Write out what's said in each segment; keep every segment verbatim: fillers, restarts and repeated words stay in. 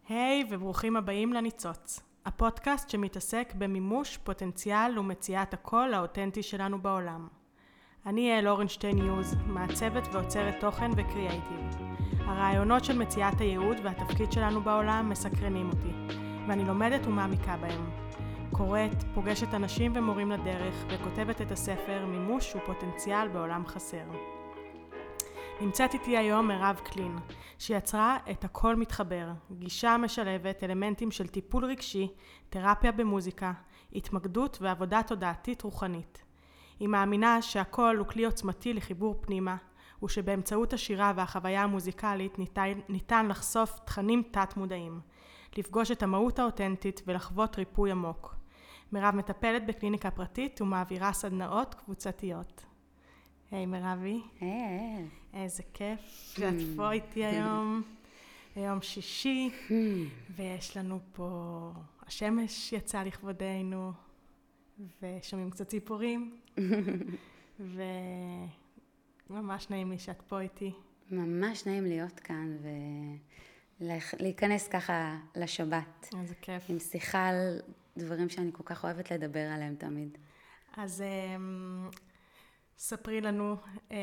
היי וברוכים הבאים לניצוץ, הפודקאסט שמתעסק במימוש פוטנציאל ומציאת הקול האותנטי שלנו בעולם. אני יעל אורנשטיין יוז, מעצבת ועוצרת תוכן וקריאייטיב. הרעיונות של מציאת הייעוד והתפקיד שלנו בעולם מסקרנים אותי, ואני לומדת ומעמיקה בהם. קוראת, פוגשת אנשים ומורים לדרך וכותבת את הספר מימוש ופוטנציאל בעולם חסר. נמצאת איתי היום מירב קלין, שיצרה את הכל מתחבר, גישה משלבת אלמנטים של טיפול רגשי, תרפיה במוזיקה, התמקדות ועבודה תודעתית רוחנית. היא מאמינה שהכל הוא כלי עוצמתי לחיבור פנימה, ושבאמצעות השירה והחוויה המוזיקלית ניתן, ניתן לחשוף תכנים תת-מודעים, לפגוש את המהות האותנטית ולחוות ריפוי עמוק. מירב מטפלת בקליניקה פרטית ומעבירה סדנאות קבוצתיות. היי מירבי. היי. איזה כיף שאת פה איתי היום, היום שישי, ויש לנו פה, השמש יצא לכבודנו, ושומעים קצת ציפורים, וממש נעים לי שאת פה איתי. ממש נעים להיות כאן ולהיכנס ככה לשבת. איזה כיף. עם שיחה על דברים שאני כל כך אוהבת לדבר עליהם תמיד. אז ספרי לנו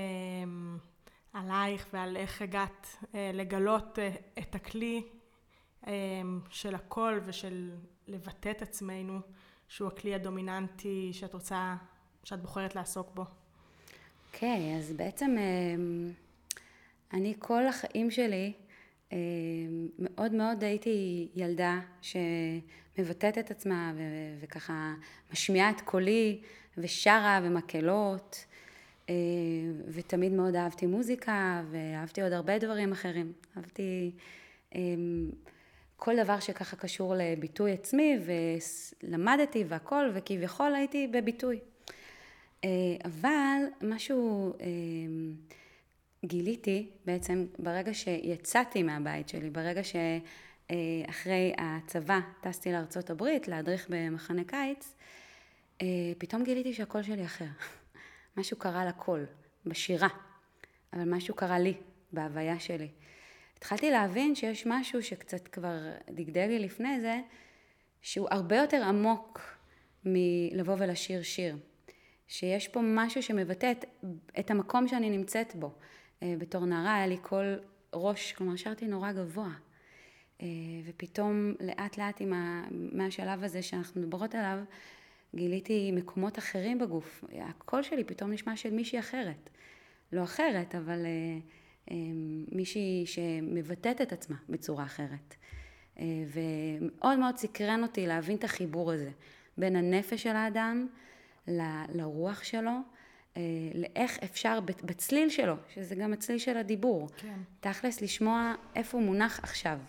עלייך ועל איך הגעת לגלות את הכלי של הקול ושל לבטא את עצמנו, שהוא הכלי הדומיננטי שאת רוצה, שאת בוחרת לעסוק בו. אוקיי, okay, אז בעצם אני כל החיים שלי מאוד מאוד הייתי ילדה שמבטאת את עצמה ו- וככה משמיעה את קולי ושרה ומקהלות, ותמיד מאוד אהבתי מוזיקה ואהבתי עוד הרבה דברים אחרים. אהבתי כל דבר שככה קשור לביטוי עצמי, ולמדתי והכל, וכביכול הייתי בביטוי. אבל משהו גיליתי בעצם ברגע שיצאתי מהבית שלי, ברגע שאחרי הצבא טסתי לארצות הברית להדריך במחנה קיץ, פתאום גיליתי שהקול שלי אחר. משהו קרה לקול, בשירה, אבל משהו קרה לי, בהוויה שלי. התחלתי להבין שיש משהו שקצת כבר דגדל לי לפני זה, שהוא הרבה יותר עמוק מלבוא ולשיר שיר. שיש פה משהו שמבטא את, את המקום שאני נמצאת בו. בתור נערה היה לי קול ראש, כלומר שרתי נורא גבוה. ופתאום לאט לאט עם ה, מהשלב הזה שאנחנו מדברות עליו, גיליתי מקומות אחרים בגוף. הקול שלי פתאום נשמע של מישהי אחרת. לא אחרת, אבל אה, אה, מישהי שמבטאת את עצמה בצורה אחרת. אה, ומאוד מאוד סקרן אותי להבין את החיבור הזה, בין הנפש של האדם ל, לרוח שלו, אה, לאיך אפשר בצליל שלו, שזה גם הצליל של הדיבור. כן. תכלס לשמוע איפה הוא מונח עכשיו.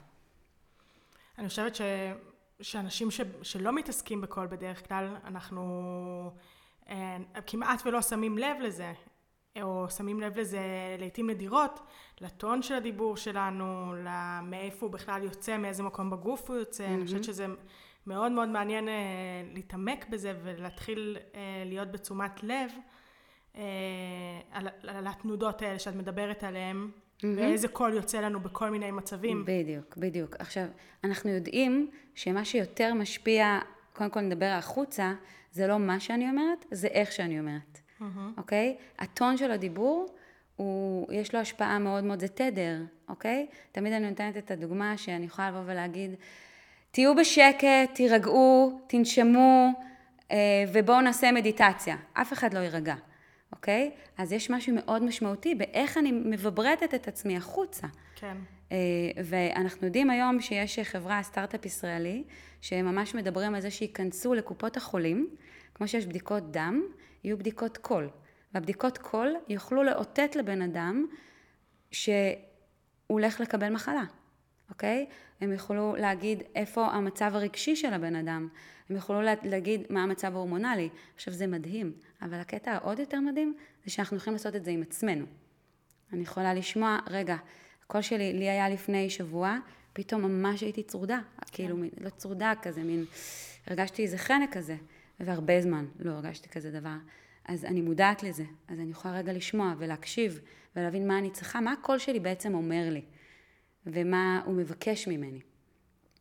אני חושבת ש... שאנשים ש... שלא מתעסקים בקול בדרך כלל, אנחנו אה, כמעט ולא שמים לב לזה, או שמים לב לזה לעתים נדירות, לטון של הדיבור שלנו, מאיפה הוא בכלל יוצא, מאיזה מקום בגוף הוא יוצא. Mm-hmm. אני חושבת שזה מאוד מאוד מעניין אה, להתעמק בזה ולהתחיל אה, להיות בתשומת לב אה, על, על התנודות האלה שאת מדברת עליהן. Mm-hmm. ואיזה קול יוצא לנו בכל מיני מצבים. בדיוק, בדיוק. עכשיו, אנחנו יודעים שמה שיותר משפיע, קודם כל נדבר החוצה, זה לא מה שאני אומרת, זה איך שאני אומרת. Mm-hmm. אוקיי? הטון של הדיבור, הוא, יש לו השפעה מאוד מאוד, זה תדר, אוקיי? תמיד אני נותנת את הדוגמה שאני יכולה לבוא ולהגיד, תהיו בשקט, תירגעו, תנשמו, ובואו נעשה מדיטציה. אף אחד לא יירגע. אוקיי? אז יש משהו מאוד משמעותי באיך אני מבברטת את עצמי החוצה. כן. ואנחנו יודעים היום שיש חברה, סטארט-אפ ישראלי, שממש מדברים על זה שיכנסו לקופות החולים, כמו שיש בדיקות דם, יהיו בדיקות קול. והבדיקות קול יוכלו לאותת לבן אדם שהוא הולך לקבל מחלה. אוקיי? הם יוכלו להגיד איפה המצב הרגשי של הבן אדם. הם יוכלו להגיד מה המצב ההורמונלי. עכשיו זה מדהים, אבל הקטע העוד יותר מדהים זה שאנחנו יכולים לעשות את זה עם עצמנו. אני יכולה לשמוע, רגע, הקול שלי, לי היה לפני שבוע, פתאום ממש הייתי צרודה, כן. כאילו לא צרודה כזה, מין, הרגשתי איזה חנק כזה, והרבה זמן לא הרגשתי כזה דבר. אז אני מודעת לזה, אז אני יכולה רגע לשמוע ולהקשיב ולהבין מה אני צריכה, מה הקול שלי בעצם אומר לי. ומה הוא מבקש ממני.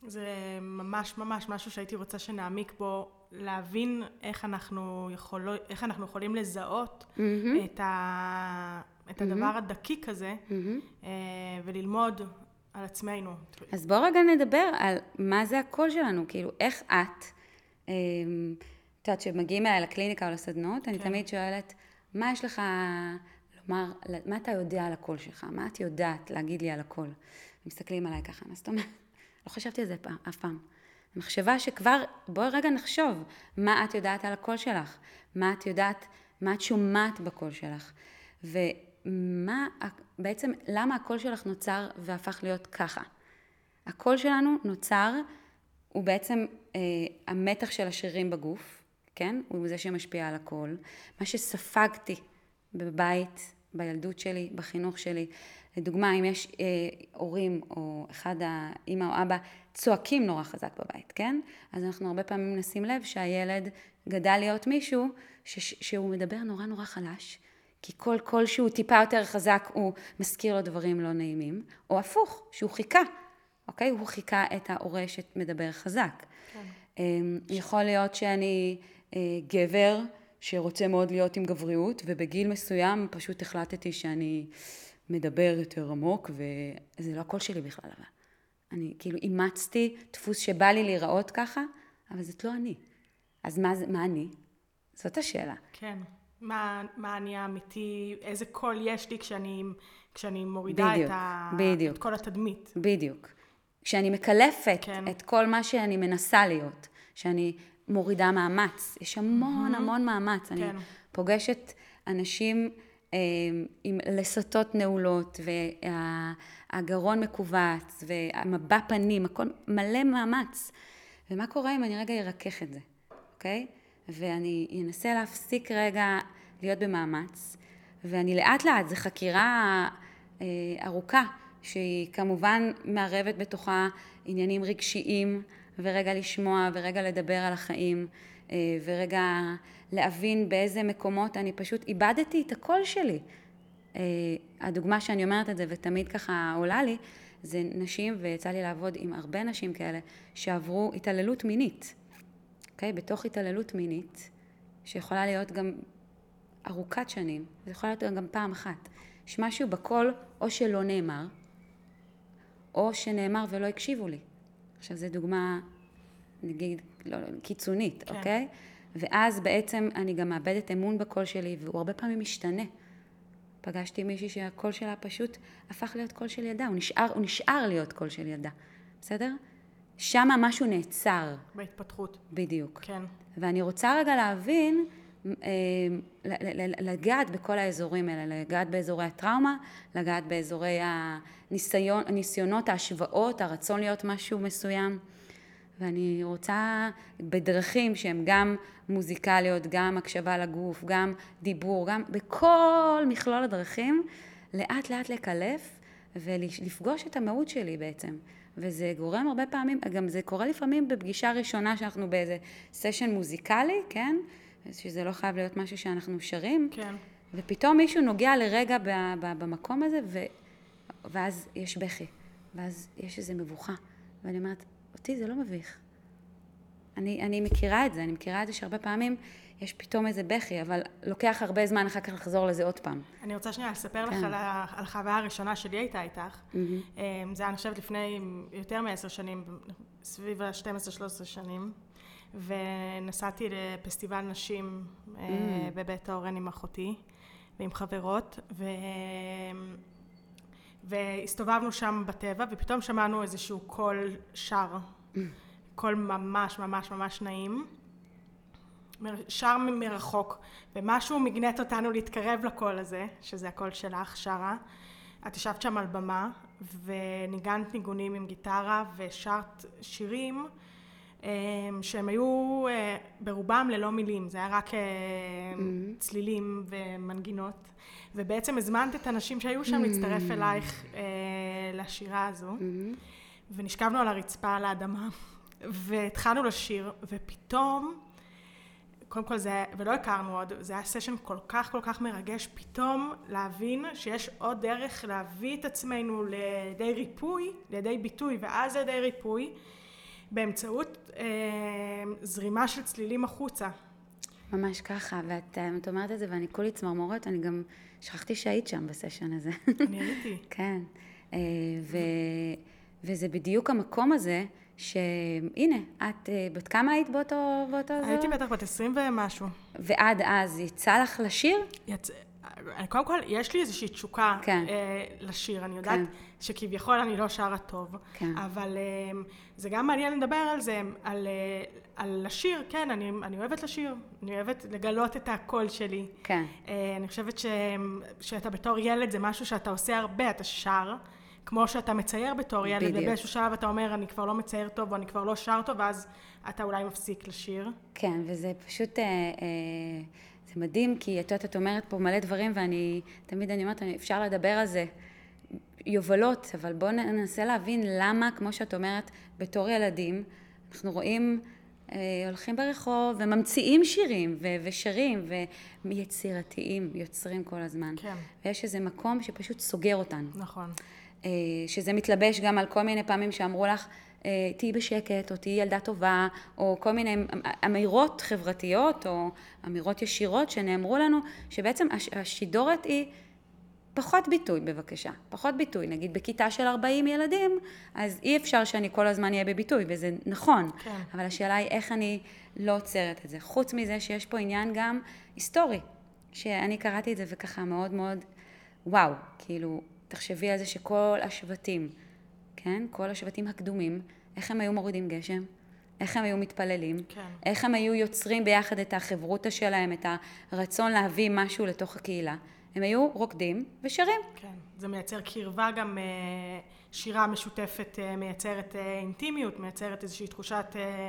זה ממש ממש משהו שהייתי רוצה שנעמיק בו, להבין איך אנחנו, יכול, איך אנחנו יכולים לזהות mm-hmm. את, ה, את mm-hmm. הדבר הדקיק הזה, mm-hmm. וללמוד על עצמנו. אז בואו רגע נדבר על מה זה הקול שלנו, כאילו איך את, את יודעת, שמגיעים אליי לקליניקה או לסדנות, אני כן. תמיד שואלת, מה יש לך לומר, מה אתה יודע על הקול שלך? מה את יודעת להגיד לי על הקול? מסתכלים עליי ככה, מה זאת אומרת? לא חשבתי על זה אף פעם. המחשבה שכבר, בואי רגע נחשוב, מה את יודעת על הקול שלך? מה את יודעת, מה את שומעת בקול שלך? ומה, בעצם, למה הקול שלך נוצר והפך להיות ככה? הקול שלנו נוצר, הוא בעצם אה, המתח של השרירים בגוף, כן? הוא זה שמשפיע על הקול. מה שספגתי בבית, בילדות שלי, בחינוך שלי, לדוגמה, אם יש אה, הורים או אחד האמא או אבא צועקים נורא חזק בבית, כן? אז אנחנו הרבה פעמים נשים לב שהילד גדל להיות מישהו ש- שהוא מדבר נורא נורא חלש, כי כל קול שהוא טיפה יותר חזק הוא מזכיר לו דברים לא נעימים, או הפוך, שהוא חיכה, אוקיי? הוא חיכה את ההורה שמדבר חזק. כן. אה, יכול להיות שאני אה, גבר שרוצה מאוד להיות עם גבריות, ובגיל מסוים פשוט החלטתי שאני מדבר יותר עמוק, וזה לא הקול שלי בכלל. אבל אני כאילו אימצתי דפוס שבא לי להיראות ככה, אבל זאת לא אני. אז מה, מה אני? זאת השאלה. כן. מה, מה אני האמיתי, איזה קול יש לי כשאני, כשאני מורידה בדיוק, את, ה, בדיוק. את כל התדמית. בדיוק. כשאני מקלפת כן. את כל מה שאני מנסה להיות, שאני מורידה מאמץ. יש המון mm-hmm. המון מאמץ. כן. אני פוגשת אנשים עם לסתות נעולות, והגרון מקובץ, והמבע פנים, הכל מלא מאמץ. ומה קורה אם אני רגע ארכך את זה, אוקיי? ואני אנסה להפסיק רגע להיות במאמץ, ואני לאט לאט, זו חקירה ארוכה, שהיא כמובן מערבת בתוכה עניינים רגשיים, ורגע לשמוע, ורגע לדבר על החיים, ורגע להבין באיזה מקומות אני פשוט איבדתי את הקול שלי. הדוגמה שאני אומרת את זה ותמיד ככה עולה לי, זה נשים, ויצא לי לעבוד עם הרבה נשים כאלה, שעברו התעללות מינית. אוקיי? בתוך התעללות מינית, שיכולה להיות גם ארוכת שנים, זה יכול להיות גם פעם אחת. יש משהו בקול או שלא נאמר, או שנאמר ולא הקשיבו לי. עכשיו זו דוגמה, נגיד, לא, קיצונית, כן. אוקיי? ואז בעצם אני גם מאבדת אמון בקול שלי, והוא הרבה פעמים משתנה. פגשתי מישהי שהקול שלה פשוט הפך להיות קול של ידה, הוא נשאר, הוא נשאר להיות קול של ידה, בסדר? שמה משהו נעצר. בהתפתחות. בדיוק. כן. ואני רוצה רגע להבין, לגעת בכל האזורים האלה, לגעת באזורי הטראומה, לגעת באזורי הניסיון, הניסיונות, ההשוואות, הרצון להיות משהו מסוים. ואני רוצה בדרכים שהן גם מוזיקליות, גם הקשבה לגוף, גם דיבור, גם בכל מכלול הדרכים, לאט לאט לקלף ולפגוש את המהות שלי בעצם. וזה גורם הרבה פעמים, גם זה קורה לפעמים בפגישה ראשונה שאנחנו באיזה סשן מוזיקלי, כן? שזה לא חייב להיות משהו שאנחנו שרים. כן. ופתאום מישהו נוגע לרגע במקום הזה, ו... ואז יש בכי, ואז יש איזו מבוכה. ואני אומרת, אותי זה לא מביך. אני, אני מכירה את זה, אני מכירה את זה שהרבה פעמים יש פתאום איזה בכי, אבל לוקח הרבה זמן אחר כך לחזור לזה עוד פעם. אני רוצה שנייה לספר כן. לך על, ה, על החוויה הראשונה שלי הייתה איתך. Mm-hmm. זה היה, אני חושבת, לפני יותר מעשר שנים, סביב ה-שתים עשרה שלוש עשרה שנים, ונסעתי לפסטיבל נשים mm-hmm. בבית האורן עם אחותי ועם חברות, ו... והסתובבנו שם בטבע, ופתאום שמענו איזשהו קול שר, קול ממש ממש ממש נעים, שר מרחוק, ומשהו מגנט אותנו להתקרב לקול הזה, שזה הקול שלך, שרה. את ישבת שם על במה, וניגנת ניגונים עם גיטרה, ושרת שירים, שהם היו ברובם ללא מילים, זה היה רק צלילים ומנגינות. ובעצם הזמנת את האנשים שהיו שם להצטרף אלייך אה, לשירה הזו, mm-hmm. ונשכבנו על הרצפה על האדמה, והתחלנו לשיר, ופתאום, קודם כל זה, ולא הכרנו עוד, זה היה סשן כל כך כל כך מרגש, פתאום להבין שיש עוד דרך להביא את עצמנו לידי ריפוי, לידי ביטוי, ואז לידי ריפוי, באמצעות אה, זרימה של צלילים החוצה. ממש ככה, ואת את אומרת את זה, ואני כולי צמרמורת, אני גם שכחתי שהיית שם בסשן הזה. אני הייתי. כן, אה, ו, וזה בדיוק המקום הזה, שהנה, את בת כמה היית באותו... באותו הייתי בטח בת עשרים ומשהו. ועד אז יצא לך לשיר? יצא... קודם כל, יש לי איזושהי תשוקה כן. אה, לשיר. אני יודעת כן. שכביכול אני לא שרה טוב, כן. אבל אה, זה גם מעניין לדבר על זה, על, אה, על לשיר, כן, אני, אני אוהבת לשיר, אני אוהבת לגלות את הקול שלי. כן. אה, אני חושבת ש, שאתה בתור ילד זה משהו שאתה עושה הרבה, אתה שר, כמו שאתה מצייר בתור ילד, בדיוק. ובאיזשהו שלב אתה אומר, אני כבר לא מצייר טוב, או אני כבר לא שר טוב, ואז אתה אולי מפסיק לשיר. כן, וזה פשוט... אה, אה... זה מדהים, כי את יודעת, את אומרת פה מלא דברים, ואני, תמיד אני אומרת, אפשר לדבר על זה יובלות, אבל בואו ננסה להבין למה, כמו שאת אומרת, בתור ילדים, אנחנו רואים, אה, הולכים ברחוב, וממציאים שירים, ו- ושרים, ויצירתיים, יוצרים כל הזמן. כן. ויש איזה מקום שפשוט סוגר אותנו. נכון. אה, שזה מתלבש גם על כל מיני פעמים שאמרו לך, תהי בשקט, או תהי ילדה טובה, או כל מיני אמירות חברתיות, או אמירות ישירות שנאמרו לנו, שבעצם השידורת היא פחות ביטוי, בבקשה. פחות ביטוי. נגיד בכיתה של ארבעים ילדים, אז אי אפשר שאני כל הזמן אהיה בביטוי, וזה נכון. כן. אבל השאלה היא איך אני לא עוצרת את זה. חוץ מזה שיש פה עניין גם היסטורי, שאני קראתי את זה וככה מאוד מאוד, וואו, כאילו, תחשבי על זה שכל השבטים, כן? כל השבטים הקדומים, איך הם היו מורידים גשם, איך הם היו מתפללים, כן. איך הם היו יוצרים ביחד את החברותה שלהם, את הרצון להביא משהו לתוך הקהילה. הם היו רוקדים ושרים. כן, זה מייצר קרבה גם, שירה משותפת מייצרת אינטימיות, מייצרת איזושהי תחושת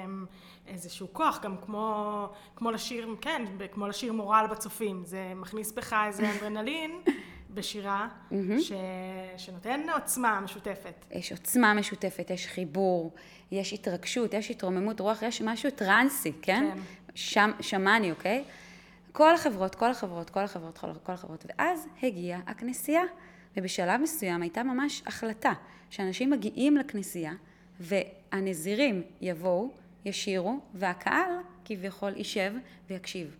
איזשהו כוח, גם כמו, כמו לשיר, כן, כמו לשיר מורל בצופים. זה מכניס בך איזה אדרנלין בשירה, ש... שנותן עוצמה משותפת. יש עוצמה משותפת, יש חיבור, יש התרגשות, יש התרוממות רוח, יש משהו טרנסי, כן? כן. שם, שמאני, אוקיי? כל החברות, כל החברות, כל החברות, כל החברות. ואז הגיעה הכנסייה, ובשלב מסוים הייתה ממש החלטה, שאנשים מגיעים לכנסייה, והנזירים יבואו, ישירו, והקהל כביכול יישב ויקשיב.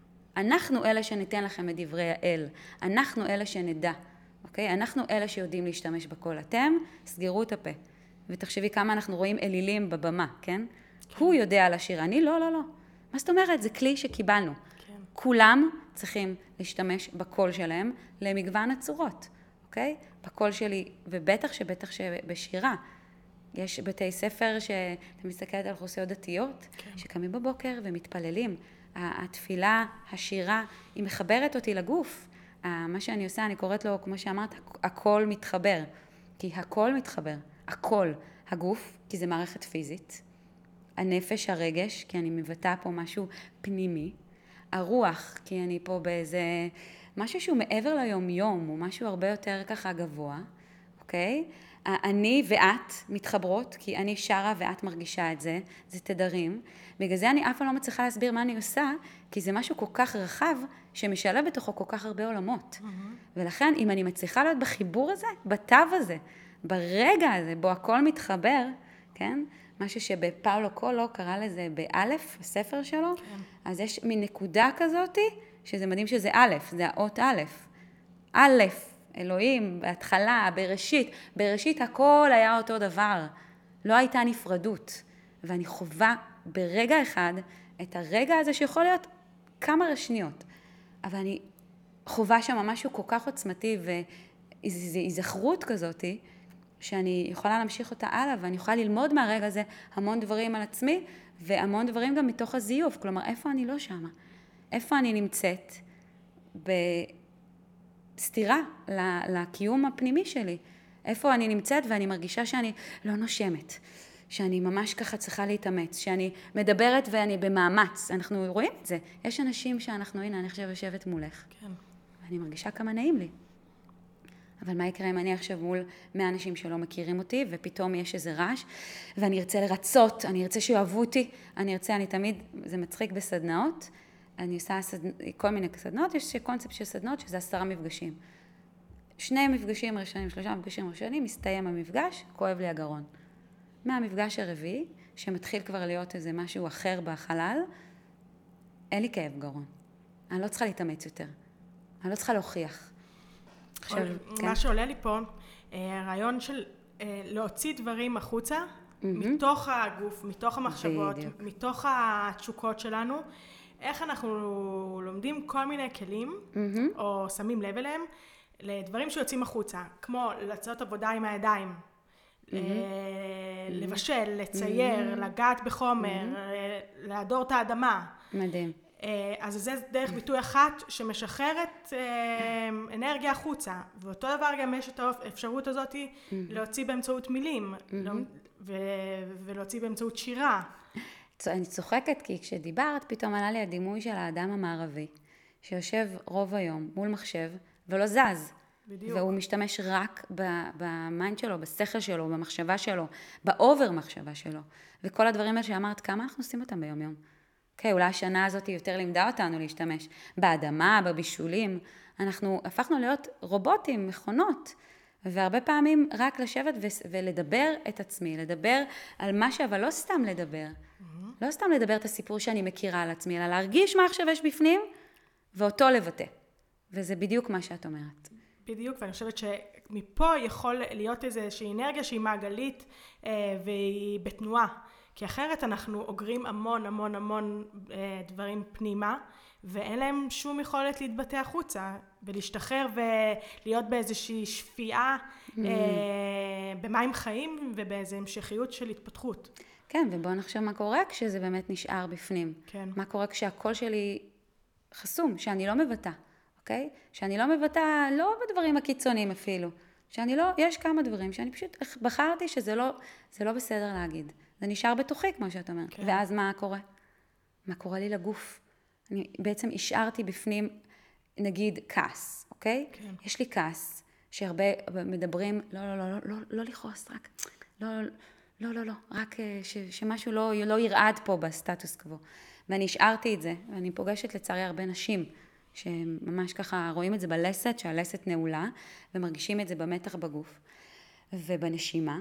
אנחנו אלה שניתן לכם את דברי האל, אנחנו אלה שנדע, אוקיי? אנחנו אלה שיודעים להשתמש בקול. אתם, סגרו את הפה. ותחשבי כמה אנחנו רואים אלילים בבמה, כן? כן. הוא יודע על השיר, אני לא, לא, לא. מה זאת אומרת? זה כלי שקיבלנו. כן. כולם צריכים להשתמש בקול שלהם למגוון הצורות, אוקיי? בקול שלי, ובטח שבטח שבשירה. יש בתי ספר שאתה מסתכלת על אוכלוסיות דתיות, כן. שקמים בבוקר ומתפללים. התפילה, השירה, היא מחברת אותי לגוף. מה שאני עושה, אני קוראת לו, כמו שאמרת, הכל מתחבר. כי הכל מתחבר. הכל. הגוף, כי זה מערכת פיזית. הנפש, הרגש, כי אני מבטא פה משהו פנימי. הרוח, כי אני פה באיזה משהו שהוא מעבר ליום-יום, הוא משהו הרבה יותר ככה גבוה. אוקיי? אני ואת מתחברות, כי אני שרה ואת מרגישה את זה, זה תדרים. בגלל זה אני אף פעם לא מצליחה להסביר מה אני עושה, כי זה משהו כל כך רחב, שמשלב בתוכו כל כך הרבה עולמות. Mm-hmm. ולכן, אם אני מצליחה להיות בחיבור הזה, בתו הזה, ברגע הזה, בו הכל מתחבר, כן? משהו שבפאולו קולו קרא לזה באלף, הספר שלו, כן. אז יש מין נקודה כזאת, שזה מדהים שזה א', זה האות א', א', אלוהים, בהתחלה, בראשית, בראשית הכל היה אותו דבר, לא הייתה נפרדות, ואני חווה ברגע אחד את הרגע הזה שיכול להיות כמה שניות, אבל אני חווה שם משהו כל כך עוצמתי, ואיזו היזכרות כזאת, שאני יכולה להמשיך אותה הלאה, ואני יכולה ללמוד מהרגע הזה המון דברים על עצמי, והמון דברים גם מתוך הזיוף, כלומר, איפה אני לא שמה? איפה אני נמצאת בסתירה לקיום הפנימי שלי? איפה אני נמצאת ואני מרגישה שאני לא נושמת, שאני ממש ככה צריכה להתאמץ, שאני מדברת ואני במאמץ, אנחנו רואים את זה. יש אנשים שאנחנו, הנה, אני עכשיו יושבת מולך, כן. ואני מרגישה כמה נעים לי. אבל מה יקרה אם אני עכשיו מול מאה אנשים שלא מכירים אותי, ופתאום יש איזה רעש, ואני ארצה לרצות, אני ארצה שאוהבו אותי, אני ארצה, אני תמיד, זה מצחיק בסדנאות, אני עושה סדנ... כל מיני סדנאות, יש קונספט של סדנאות שזה עשרה מפגשים. שני מפגשים ראשונים, שלושה מפגשים ראשונים, מסתיים המפגש, כואב לי הגרון. מהמפגש הרביעי, שמתחיל כבר להיות איזה משהו אחר בחלל, אין לי כאב גרון. אני לא צריכה להתאמץ יותר. אני לא צריכה להוכיח. עכשיו, כן. מה שעולה לי פה, הרעיון של להוציא דברים החוצה, mm-hmm. מתוך הגוף, מתוך המחשבות, בדיוק. מתוך התשוקות שלנו, איך אנחנו לומדים כל מיני כלים, mm-hmm. או שמים לב אליהם, לדברים שיוצאים החוצה, כמו לעשות עבודה עם הידיים, mm-hmm. לבשל, לצייר, mm-hmm. לגעת בחומר, mm-hmm. להדור את האדמה. מדהים. אז זה דרך ביטוי אחת שמשחררת אנרגיה החוצה, ואותו דבר גם יש את האפשרות הזאת להוציא באמצעות מילים, ולהוציא באמצעות שירה. אני צוחקת כי כשדיברת פתאום עלה לי הדימוי של האדם המערבי, שיושב רוב היום מול מחשב ולא זז. בדיוק. והוא משתמש רק במיינד שלו, בשכל שלו, במחשבה שלו, באובר מחשבה שלו. וכל הדברים האלה שאמרת, כמה אנחנו עושים אותם ביום יום? אוקיי, אולי השנה הזאת יותר לימדה אותנו להשתמש באדמה, בבישולים. אנחנו הפכנו להיות רובוטים, מכונות. והרבה פעמים רק לשבת ולדבר את עצמי, לדבר על מה ש... אבל לא סתם לדבר. Mm-hmm. לא סתם לדבר את הסיפור שאני מכירה על עצמי, אלא להרגיש מה עכשיו יש בפנים, ואותו לבטא. וזה בדיוק מה שאת אומרת. בדיוק, ואני חושבת שמפה יכול להיות איזושהי אנרגיה שהיא מעגלית אה, והיא בתנועה. כי אחרת אנחנו אוגרים המון המון המון אה, דברים פנימה, ואין להם שום יכולת להתבטא החוצה, ולהשתחרר ולהיות באיזושהי שפיעה mm. אה, במים חיים ובאיזו המשכיות של התפתחות. כן, ובואו נחשוב מה קורה כשזה באמת נשאר בפנים. כן. מה קורה כשהקול שלי חסום, שאני לא מבטא, אוקיי? שאני לא מבטא, לא בדברים הקיצוניים אפילו. שאני לא, יש כמה דברים שאני פשוט בחרתי שזה לא, זה לא בסדר להגיד. זה נשאר בתוכי, כמו שאת אומרת. כן. ואז מה קורה? מה קורה לי לגוף? אני בעצם השארתי בפנים, נגיד, כעס, אוקיי? כן. יש לי כעס, שהרבה מדברים, לא, לא, לא, לא, לא, לא לכעוס, רק, לא, לא, לא, לא, רק ש, שמשהו לא, לא ירעד פה בסטטוס קוו. ואני השארתי את זה, ואני פוגשת לצערי הרבה נשים, שממש ככה רואים את זה בלסת, שהלסת נעולה, ומרגישים את זה במתח בגוף ובנשימה,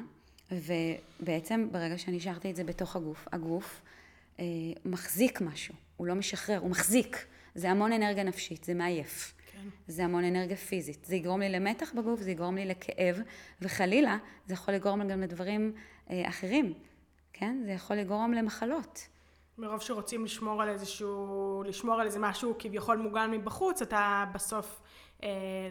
ובעצם ברגע שאני השארתי את זה בתוך הגוף, הגוף אה, מחזיק משהו, הוא לא משחרר, הוא מחזיק. זה המון אנרגיה נפשית, זה מעייף. כן. זה המון אנרגיה פיזית. זה יגרום לי למתח בגוף, זה יגרום לי לכאב, וחלילה זה יכול לגרום גם לדברים אה, אחרים, כן? זה יכול לגרום למחלות. מרוב שרוצים לשמור על איזשהו, לשמור על איזה משהו כביכול מוגן מבחוץ, אתה בסוף... אה,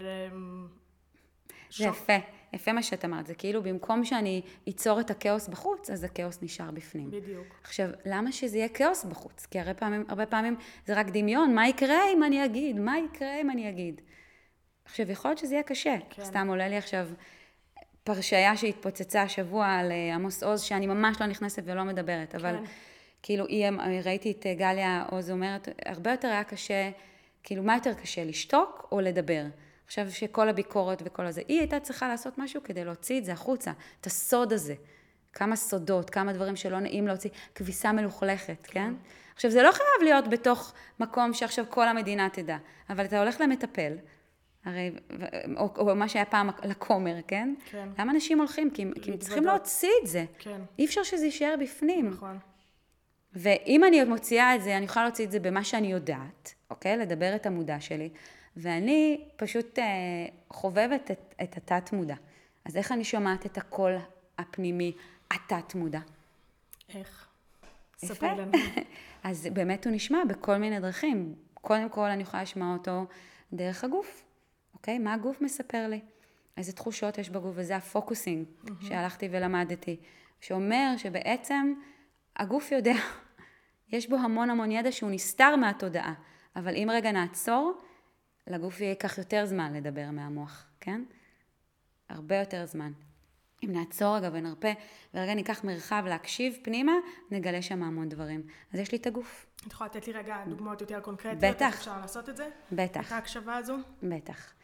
זה יפה, יפה מה שאת אמרת, זה כאילו במקום שאני אצור את הכאוס בחוץ, אז הכאוס נשאר בפנים. בדיוק. עכשיו, למה שזה יהיה כאוס בחוץ? כי הרבה פעמים, הרבה פעמים זה רק דמיון, מה יקרה אם אני אגיד? מה יקרה אם אני אגיד? עכשיו, יכול להיות שזה יהיה קשה. כן. סתם עולה לי עכשיו פרשיה שהתפוצצה השבוע על עמוס עוז, שאני ממש לא נכנסת ולא מדברת, אבל כן. כאילו, ראיתי את גליה עוז אומרת, הרבה יותר היה קשה, כאילו, מה יותר קשה, לשתוק או לדבר? עכשיו שכל הביקורת וכל הזה, היא הייתה צריכה לעשות משהו כדי להוציא את זה החוצה, את הסוד הזה. כמה סודות, כמה דברים שלא נעים להוציא, כביסה מלוכלכת, כן? עכשיו זה לא חייב להיות בתוך מקום שעכשיו כל המדינה תדע, אבל אתה הולך למטפל, הרי, או, או מה שהיה פעם לכומר, כן? כן. למה אנשים הולכים? כי, כי הם צריכים להוציא את זה. כן. אי אפשר שזה יישאר בפנים. נכון. ואם אני מוציאה את זה, אני יכולה להוציא את זה במה שאני יודעת, אוקיי? לדבר את המודע שלי. ואני פשוט אה, חובבת את, את התת מודע. אז איך אני שומעת את הקול הפנימי, התת מודע? איך? ספר לנו. אז באמת הוא נשמע בכל מיני דרכים. קודם כל אני יכולה לשמוע אותו דרך הגוף. אוקיי? מה הגוף מספר לי? איזה תחושות יש בגוף, וזה הפוקוסינג mm-hmm. שהלכתי ולמדתי. שאומר שבעצם הגוף יודע, יש בו המון המון ידע שהוא נסתר מהתודעה. אבל אם רגע נעצור, לגוף ייקח יותר זמן לדבר מהמוח, כן? הרבה יותר זמן. אם נעצור רגע ונרפה, ורגע ניקח מרחב להקשיב פנימה, נגלה שם המון דברים. אז יש לי את הגוף. את יכולה לתת לי רגע דוגמאות יותר קונקרטיות? בטח. אפשר לעשות את זה? בטח. את ההקשבה הזו? בטח.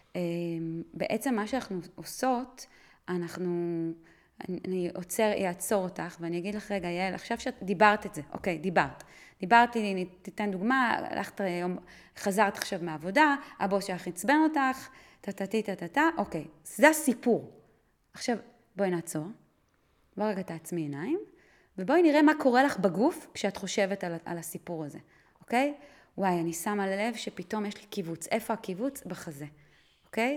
בעצם מה שאנחנו עושות, אנחנו... אני עוצר, יעצור אותך, ואני אגיד לך רגע, יעל, עכשיו שאת דיברת את זה, אוקיי, דיברת. דיברת לי, תיתן דוגמה, הלכת היום, חזרת עכשיו מעבודה, הבוס שלך עצבן אותך, טטטי טטטה, אוקיי, זה הסיפור. עכשיו, בואי נעצור, בוא רגע תעצמי עיניים, ובואי נראה מה קורה לך בגוף כשאת חושבת על, על הסיפור הזה, אוקיי? וואי, אני שמה לב שפתאום יש לי קיבוץ. איפה הקיבוץ? בחזה, אוקיי?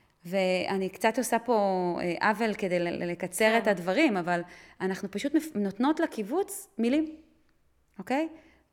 ואני קצת עושה פה עוול כדי לקצר כן. את הדברים, אבל אנחנו פשוט נותנות לקיבוץ מילים, אוקיי?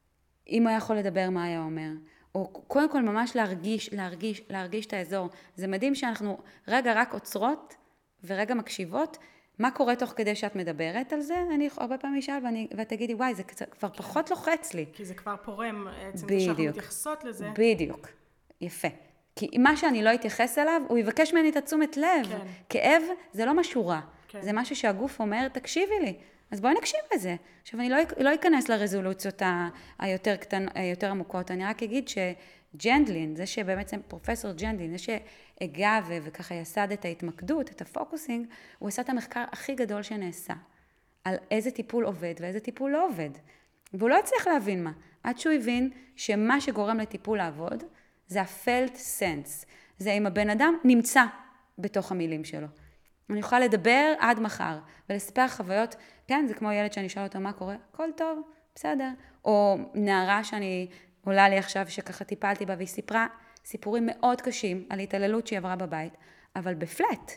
אם הוא היה יכול לדבר, מה היה אומר? או קודם כל ממש להרגיש, להרגיש, להרגיש את האזור. זה מדהים שאנחנו רגע רק עוצרות ורגע מקשיבות, מה קורה תוך כדי שאת מדברת על זה? אני הרבה פעמים אשאל ואת תגידי, וואי, זה כבר כן. פחות לוחץ לי. כי זה כבר פורם, עצם זה שאנחנו מתייחסות לזה. בדיוק, יפה. כי מה שאני לא אתייחס אליו, הוא יבקש ממני את התשומת לב. כן. כאב זה לא משהו רע. כן. זה משהו שהגוף אומר, תקשיבי לי. אז בואי נקשיב לזה. עכשיו, אני לא, לא אכנס לרזולוציות היותר, קטן, היותר עמוקות. אני רק אגיד שג'נדלין, זה שבאמת פרופסור ג'נדלין, זה שהגע וככה יסד את ההתמקדות, את הפוקוסינג, הוא עשה את המחקר הכי גדול שנעשה. על איזה טיפול עובד ואיזה טיפול לא עובד. והוא לא הצליח להבין מה. עד שהוא הבין שמה שגורם לטיפול לעבוד, זה ה-felt sense. זה אם הבן אדם נמצא בתוך המילים שלו. אני יכולה לדבר עד מחר, ולספר חוויות, כן, זה כמו ילד שאני אשאל אותו מה קורה, הכל טוב, בסדר. או נערה שאני עולה לי עכשיו, שככה טיפלתי בה, והיא סיפרה סיפורים מאוד קשים על התעללות שהיא עברה בבית, אבל בפלט,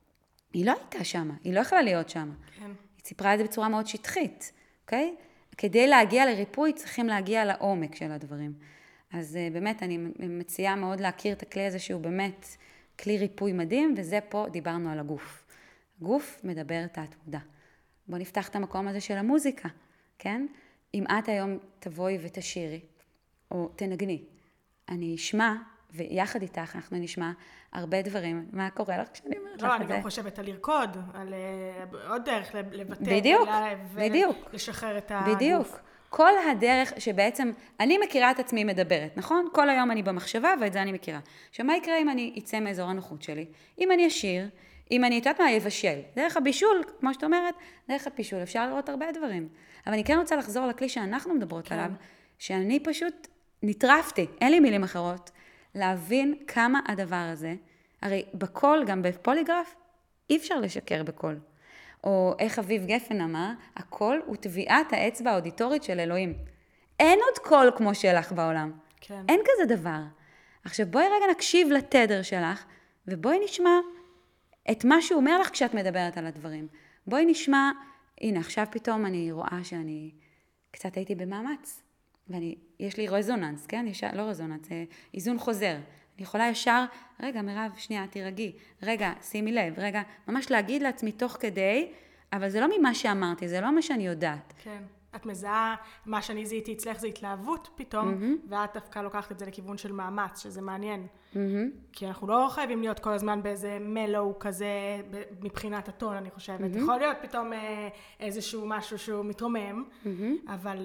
היא לא הייתה שמה, היא לא יכלה להיות שמה. כן. היא סיפרה את זה בצורה מאוד שטחית, אוקיי? כדי להגיע לריפוי, צריכים להגיע לעומק של הדברים. אז באמת אני מציעה מאוד להכיר את הכלי הזה שהוא באמת כלי ריפוי מדהים, וזה פה דיברנו על הגוף. הגוף מדבר את התעודה. בואו נפתח את המקום הזה של המוזיקה, כן? אם את היום תבואי ותשירי, או תנגני, אני אשמע, ויחד איתך אנחנו נשמע הרבה דברים. מה קורה לך כשאני אומרת לך את זה? לא, אני גם חושבת על לרקוד, על עוד דרך לבטא. בדיוק, בדיוק. ולשחרר את הגוף. בדיוק. כל הדרך שבעצם, אני מכירה את עצמי מדברת, נכון? כל היום אני במחשבה ואת זה אני מכירה. עכשיו, מה יקרה אם אני אצא מאזור הנוחות שלי? אם אני אשיר, אם אני יודעת מה, יבשל. דרך הבישול, כמו שאת אומרת, דרך הבישול, אפשר לראות הרבה דברים. אבל אני כן רוצה לחזור לכלי שאנחנו מדברות כן. עליו, שאני פשוט נטרפתי, אין לי מילים אחרות, להבין כמה הדבר הזה, הרי בכל, גם בפוליגרף, אי אפשר לשקר בכל. או איך אביב גפן אמר, הכל הוא טביעת האצבע האודיטורית של אלוהים. אין עוד קול כמו שלך בעולם. כן. אין כזה דבר. עכשיו בואי רגע נקשיב לתדר שלך, ובואי נשמע את מה שהוא אומר לך כשאת מדברת על הדברים. בואי נשמע, הנה עכשיו פתאום אני רואה שאני קצת הייתי במאמץ, ואני, יש לי רזוננס, כן? יש, לא רזוננס, זה איזון חוזר. אני יכולה ישר, רגע, מירב, שנייה, תירגעי, רגע, שימי לב, רגע, ממש להגיד לעצמי תוך כדי, אבל זה לא ממה שאמרתי, זה לא מה שאני יודעת. כן, את מזהה, מה שאני זיהיתי אצלך זה התלהבות פתאום, mm-hmm. ואת דווקא לוקחת את זה לכיוון של מאמץ, שזה מעניין. Mm-hmm. כי אנחנו לא חייבים להיות כל הזמן באיזה מלו כזה, מבחינת הטון, אני חושבת. Mm-hmm. יכול להיות פתאום איזשהו משהו שהוא מתרומם, mm-hmm. אבל...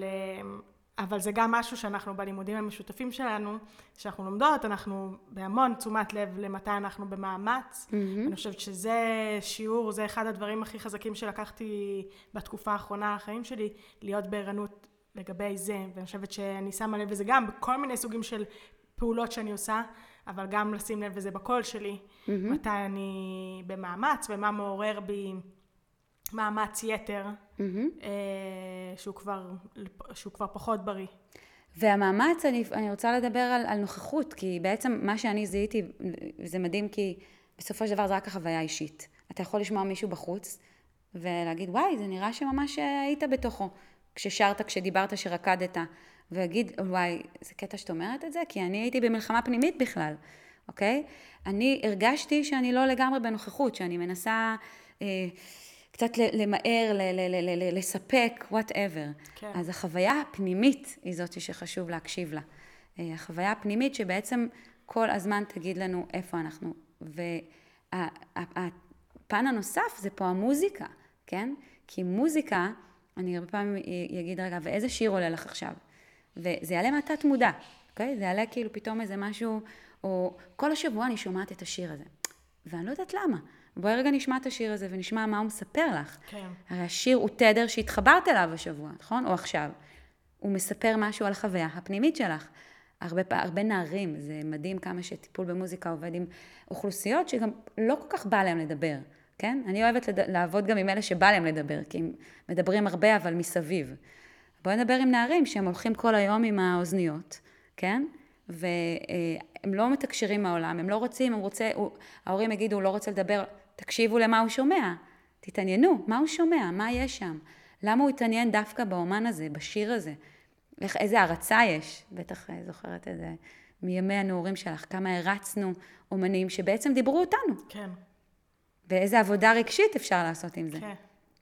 אבל זה גם משהו שאנחנו בלימודים המשותפים שלנו, שאנחנו לומדות, אנחנו בהמון תשומת לב למתי אנחנו במאמץ. Mm-hmm. אני חושבת שזה שיעור, זה אחד הדברים הכי חזקים שלקחתי בתקופה האחרונה החיים שלי, להיות בערנות לגבי זה. ואני חושבת שאני שמה לב וזה גם בכל מיני סוגים של פעולות שאני עושה, אבל גם לשים לב וזה בקול שלי, mm-hmm. מתי אני במאמץ ומה מעורר בי מאמץ יתר, mm-hmm. אה, שהוא כבר, שהוא כבר פחות בריא. והמאמץ, אני, אני רוצה לדבר על, על נוכחות, כי בעצם מה שאני זיהיתי, זה מדהים, כי בסופו של דבר זה רק החוויה האישית. אתה יכול לשמוע מישהו בחוץ, ולהגיד, וואי, זה נראה שממש היית בתוכו, כששרת, כשדיברת, שרקדת, ולהגיד, וואי, זה קטע שאת אומרת את זה? כי אני הייתי במלחמה פנימית בכלל, אוקיי? אני הרגשתי שאני לא לגמרי בנוכחות, שאני מנסה... אה, קצת למהר, לספק, whatever. כן. אז החוויה הפנימית היא זאת שחשוב להקשיב לה. החוויה הפנימית שבעצם כל הזמן תגיד לנו איפה אנחנו. והפן הנוסף זה פה המוזיקה, כן? כי מוזיקה, אני הרבה פעמים אגיד רגע, ואיזה שיר עולה לך עכשיו? וזה יעלה מהתת מודע, אוקיי? זה יעלה כאילו פתאום איזה משהו, או כל השבוע אני שומעת את השיר הזה. ואני לא יודעת למה. בואי רגע נשמע את השיר הזה ונשמע מה הוא מספר לך. כן. הרי השיר הוא תדר שהתחברת אליו השבוע, נכון? או עכשיו. הוא מספר משהו על החוויה הפנימית שלך. הרבה, הרבה נערים, זה מדהים כמה שטיפול במוזיקה עובד עם אוכלוסיות שגם לא כל כך בא להם לדבר. כן? אני אוהבת לד... לעבוד גם עם אלה שבא להם לדבר, כי הם מדברים הרבה, אבל מסביב. בואי נדבר עם נערים שהם הולכים כל היום עם האוזניות, כן? והם לא מתקשרים מהעולם, הם לא רוצים, הם רוצה, ההורים יגידו, הוא לא רוצה לדבר, תקשיבו למה הוא שומע, תתעניינו, מה הוא שומע, מה יש שם, למה הוא התעניין דווקא באומן הזה, בשיר הזה, איך, איזה הרצה יש, בטח זוכרת את זה, מימי הנעורים שלך, כמה הרצנו אומנים שבעצם דיברו אותנו. כן. ואיזה עבודה רגשית אפשר לעשות עם זה. כן.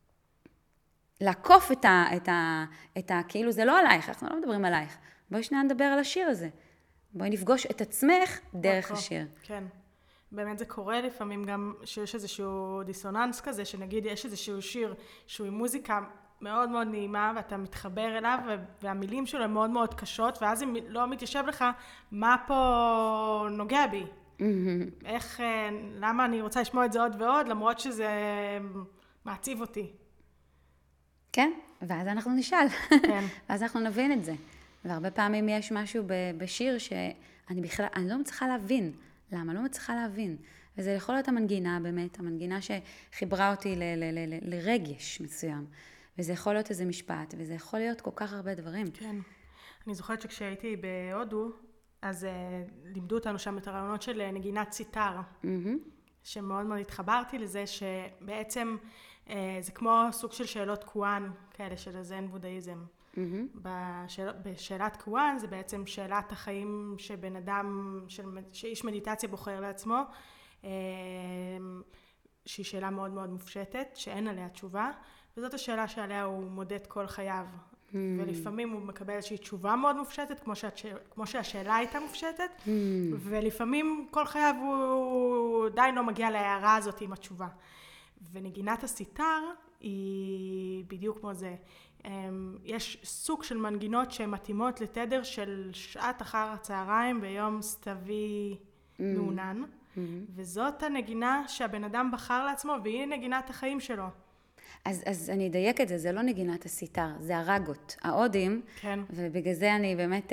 לעקוף את ה, את ה, את ה, כאילו זה לא עלייך, אנחנו לא מדברים עלייך. בואי שניה נדבר על השיר הזה. בואי נפגוש את עצמך דרך נכון. השיר. כן. באמת זה קורה לפעמים גם שיש איזשהו דיסוננס כזה, שנגיד יש איזשהו שיר שהוא עם מוזיקה מאוד מאוד נעימה, ואתה מתחבר אליו, והמילים שלו הן מאוד מאוד קשות, ואז אם לא מתיישב לך, מה פה נוגע בי? איך, למה אני רוצה לשמוע את זה עוד ועוד, למרות שזה מעציב אותי. כן, ואז אנחנו נשאל. כן. ואז אנחנו נבין את זה. והרבה פעמים יש משהו בשיר שאני בכלל, אני לא מצליחה להבין. למה? לא מצליחה להבין. וזה יכול להיות המנגינה באמת, המנגינה שחיברה אותי ל- ל- ל- ל- לרגש מסוים. וזה יכול להיות איזה משפט, וזה יכול להיות כל כך הרבה דברים. כן. אני זוכרת שכשהייתי בהודו, אז uh, לימדו אותנו שם את הרעיונות של נגינת סיטר, mm-hmm. שמאוד מאוד התחברתי לזה שבעצם uh, זה כמו סוג של שאלות קוואן כאלה של הזן בודהיזם. Mm-hmm. בשאל, בשאלת קוואן זה בעצם שאלת החיים שבן אדם, של, שאיש מדיטציה בוחר לעצמו, uh, שהיא שאלה מאוד מאוד מופשטת, שאין עליה תשובה, וזאת השאלה שעליה הוא מודד כל חייו. Mm. ולפעמים הוא מקבל איזושהי תשובה מאוד מופשטת, כמו, שהש... כמו שהשאלה הייתה מופשטת, mm. ולפעמים כל חייו הוא די לא מגיע להערה הזאת עם התשובה. ונגינת הסיטר היא בדיוק כמו זה. יש סוג של מנגינות שהן מתאימות לתדר של שעת אחר הצהריים ביום סתווי mm. מעונן, mm-hmm. וזאת הנגינה שהבן אדם בחר לעצמו, והיא נגינת החיים שלו. אז, אז אני אדייק את זה, זה לא נגינת הסיטר, זה הרגות, ההודים, כן. ובגלל זה אני באמת,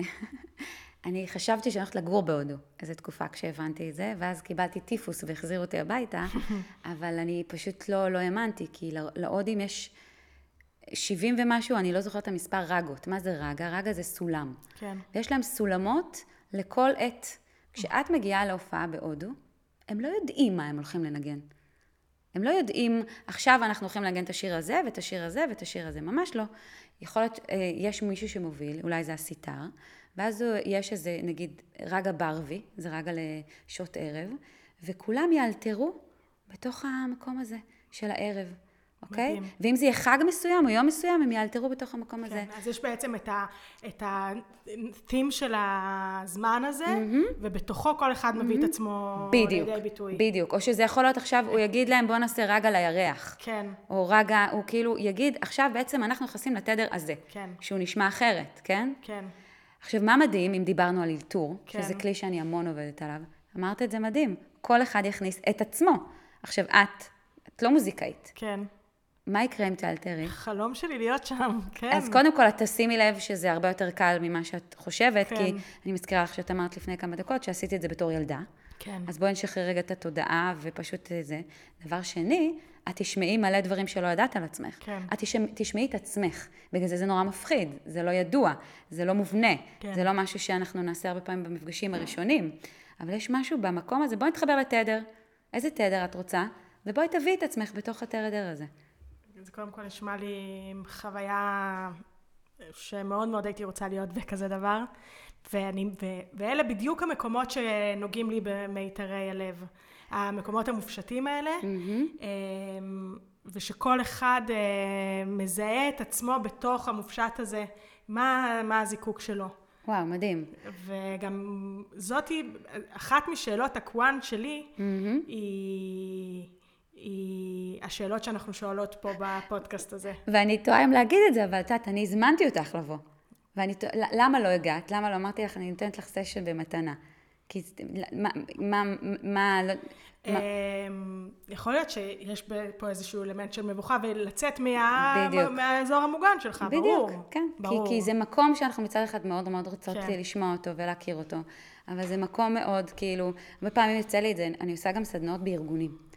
אני חשבתי שאני הולכת לגור בהודו, איזו תקופה כשהבנתי את זה, ואז קיבלתי טיפוס והחזיר אותי הביתה, אבל אני פשוט לא, לא האמנתי, כי להודים יש שבעים ומשהו, אני לא זוכרת את המספר רגות. מה זה רגה? רגה זה סולם. כן. ויש להם סולמות לכל עת. כשאת מגיעה להופעה בהודו, הם לא יודעים מה הם הולכים לנגן. הם לא יודעים, עכשיו אנחנו הולכים לנגן את השיר הזה, ואת השיר הזה, ואת השיר הזה. ממש לא. יכול להיות, יש מישהו שמוביל, אולי זה הסיטר, ואז יש איזה, נגיד, רגע ברבי, זה רגע לשעות ערב, וכולם יאלתרו בתוך המקום הזה של הערב. אוקיי? Okay? ואם זה יהיה חג מסוים או יום מסוים, הם יאלתרו בתוך המקום הזה. כן, אז יש בעצם את ה, את ה-theme של הזמן הזה, mm-hmm. ובתוכו כל אחד מביא mm-hmm. את עצמו בדיוק, לידי ביטוי. בדיוק, או שזה יכול להיות עכשיו, הוא יגיד להם בוא נעשה רגע לירח. כן. או רגע, הוא כאילו יגיד, עכשיו בעצם אנחנו נכנסים לתדר הזה. כן. שהוא נשמע אחרת, כן? כן. עכשיו, מה מדהים אם דיברנו על אלתור, כן. שזה כלי שאני המון עובדת עליו, אמרת את זה מדהים, כל אחד יכניס את עצמו. עכשיו, את, את לא מוזיקאית. כן. מה יקרה אם תאלתרי? חלום שלי להיות שם, כן. אז קודם כל, את תשימי לב שזה הרבה יותר קל ממה שאת חושבת, כן. כי אני מזכירה לך שאת אמרת לפני כמה דקות שעשיתי את זה בתור ילדה. כן. אז בואי נשחרר רגע את התודעה ופשוט זה. דבר שני, את תשמעי מלא דברים שלא ידעת על עצמך. כן. את תשמעי את עצמך. בגלל זה זה נורא מפחיד, זה לא ידוע, זה לא מובנה. כן. זה לא משהו שאנחנו נעשה הרבה פעמים במפגשים הראשונים. אבל יש משהו במקום הזה, בואי נתחבר לתדר. איזה תדר את רוצה? ובואי תביאי את עצמך בתוך התדר הזה. זה קודם כל נשמע לי חוויה שמאוד מאוד הייתי רוצה להיות בכזה דבר, ואני, ו, ואלה בדיוק המקומות שנוגעים לי במיתרי הלב, המקומות המופשטים האלה, mm-hmm. ושכל אחד מזהה את עצמו בתוך המופשט הזה, מה, מה הזיקוק שלו. וואו, מדהים. וגם זאתי, אחת משאלות הקוואן שלי, mm-hmm. היא... היא השאלות שאנחנו שואלות פה בפודקאסט הזה. ואני טועה אם להגיד את זה, אבל תת, אני הזמנתי אותך לבוא. ואני, למה לא הגעת? למה לא אמרתי לך, אני נותנת לך סשן במתנה? כי, מה, מה, מה, לא... יכול להיות שיש פה איזשהו אלמנט של מבוכה, ולצאת מהאזור המוגן שלך, ברור. בדיוק, כן. כי זה מקום שאנחנו מצד אחד מאוד מאוד רוצות לשמוע אותו ולהכיר אותו. אבל זה מקום מאוד, כאילו, הרבה פעמים יוצא לי את זה, אני עושה גם סדנאות בארגונים.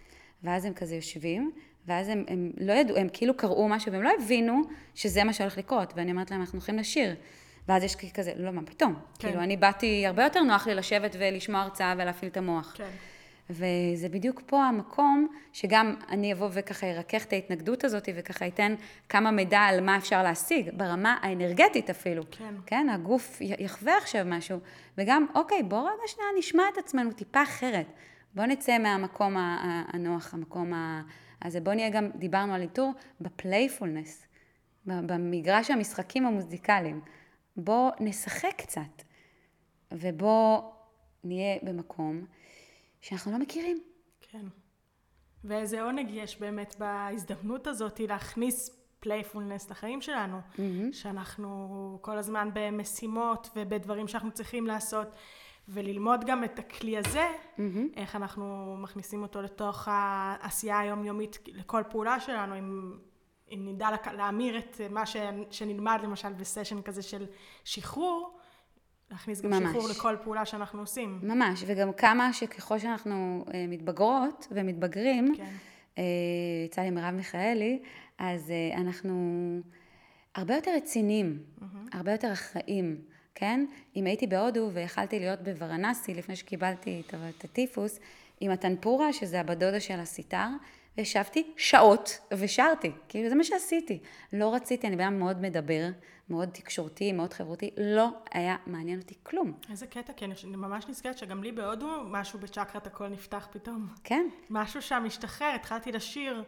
ואז הם כזה יושבים, ואז הם, הם לא ידעו, הם כאילו קראו משהו, והם לא הבינו שזה מה שהולך לקרות, ואני אומרת להם, אנחנו הולכים לשיר. ואז יש כזה, לא, מה פתאום? כן. כאילו, אני באתי, הרבה יותר נוח לי לשבת ולשמוע הרצאה ולהפעיל את המוח. כן. וזה בדיוק פה המקום שגם אני אבוא וככה ירקח את ההתנגדות הזאת וככה ייתן כמה מידע על מה אפשר להשיג, ברמה האנרגטית אפילו. כן. כן, הגוף יחווה עכשיו משהו. וגם, אוקיי, בוא רגע שנייה נשמע את עצמנו טיפה אחרת. בוא נצא מהמקום הנוח, המקום הזה. בוא נהיה גם, דיברנו על איתור, בפלייפולנס, במגרש המשחקים המוזיקליים. בוא נשחק קצת, ובוא נהיה במקום שאנחנו לא מכירים. כן. ואיזה עונג יש באמת בהזדמנות הזאת להכניס פלייפולנס לחיים שלנו, mm-hmm. שאנחנו כל הזמן במשימות ובדברים שאנחנו צריכים לעשות, וללמוד גם את הכלי הזה, mm-hmm. איך אנחנו מכניסים אותו לתוך העשייה היומיומית לכל פעולה שלנו, אם, אם נדע להמיר את מה ש, שנלמד למשל בסשן כזה של שחרור, להכניס גם ממש. שחרור לכל פעולה שאנחנו עושים. ממש, וגם כמה שככל שאנחנו אה, מתבגרות ומתבגרים, כן. אה, יצא לי מרב מיכאלי, אז אה, אנחנו הרבה יותר רציניים, mm-hmm. הרבה יותר אחראים, כן? אם הייתי בהודו ויכלתי להיות בוורנסי לפני שקיבלתי את הטיפוס, עם הטנפורה, שזה הבדודה של הסיטר, וישבתי שעות ושרתי, כאילו זה מה שעשיתי. לא רציתי, אני בן מאוד מדבר, מאוד תקשורתי, מאוד חברותי, לא היה מעניין אותי כלום. איזה קטע, כי אני ממש נזכרת שגם לי בהודו משהו בצ'קרת הכל נפתח פתאום. כן. משהו שם משתחרר, התחלתי לשיר.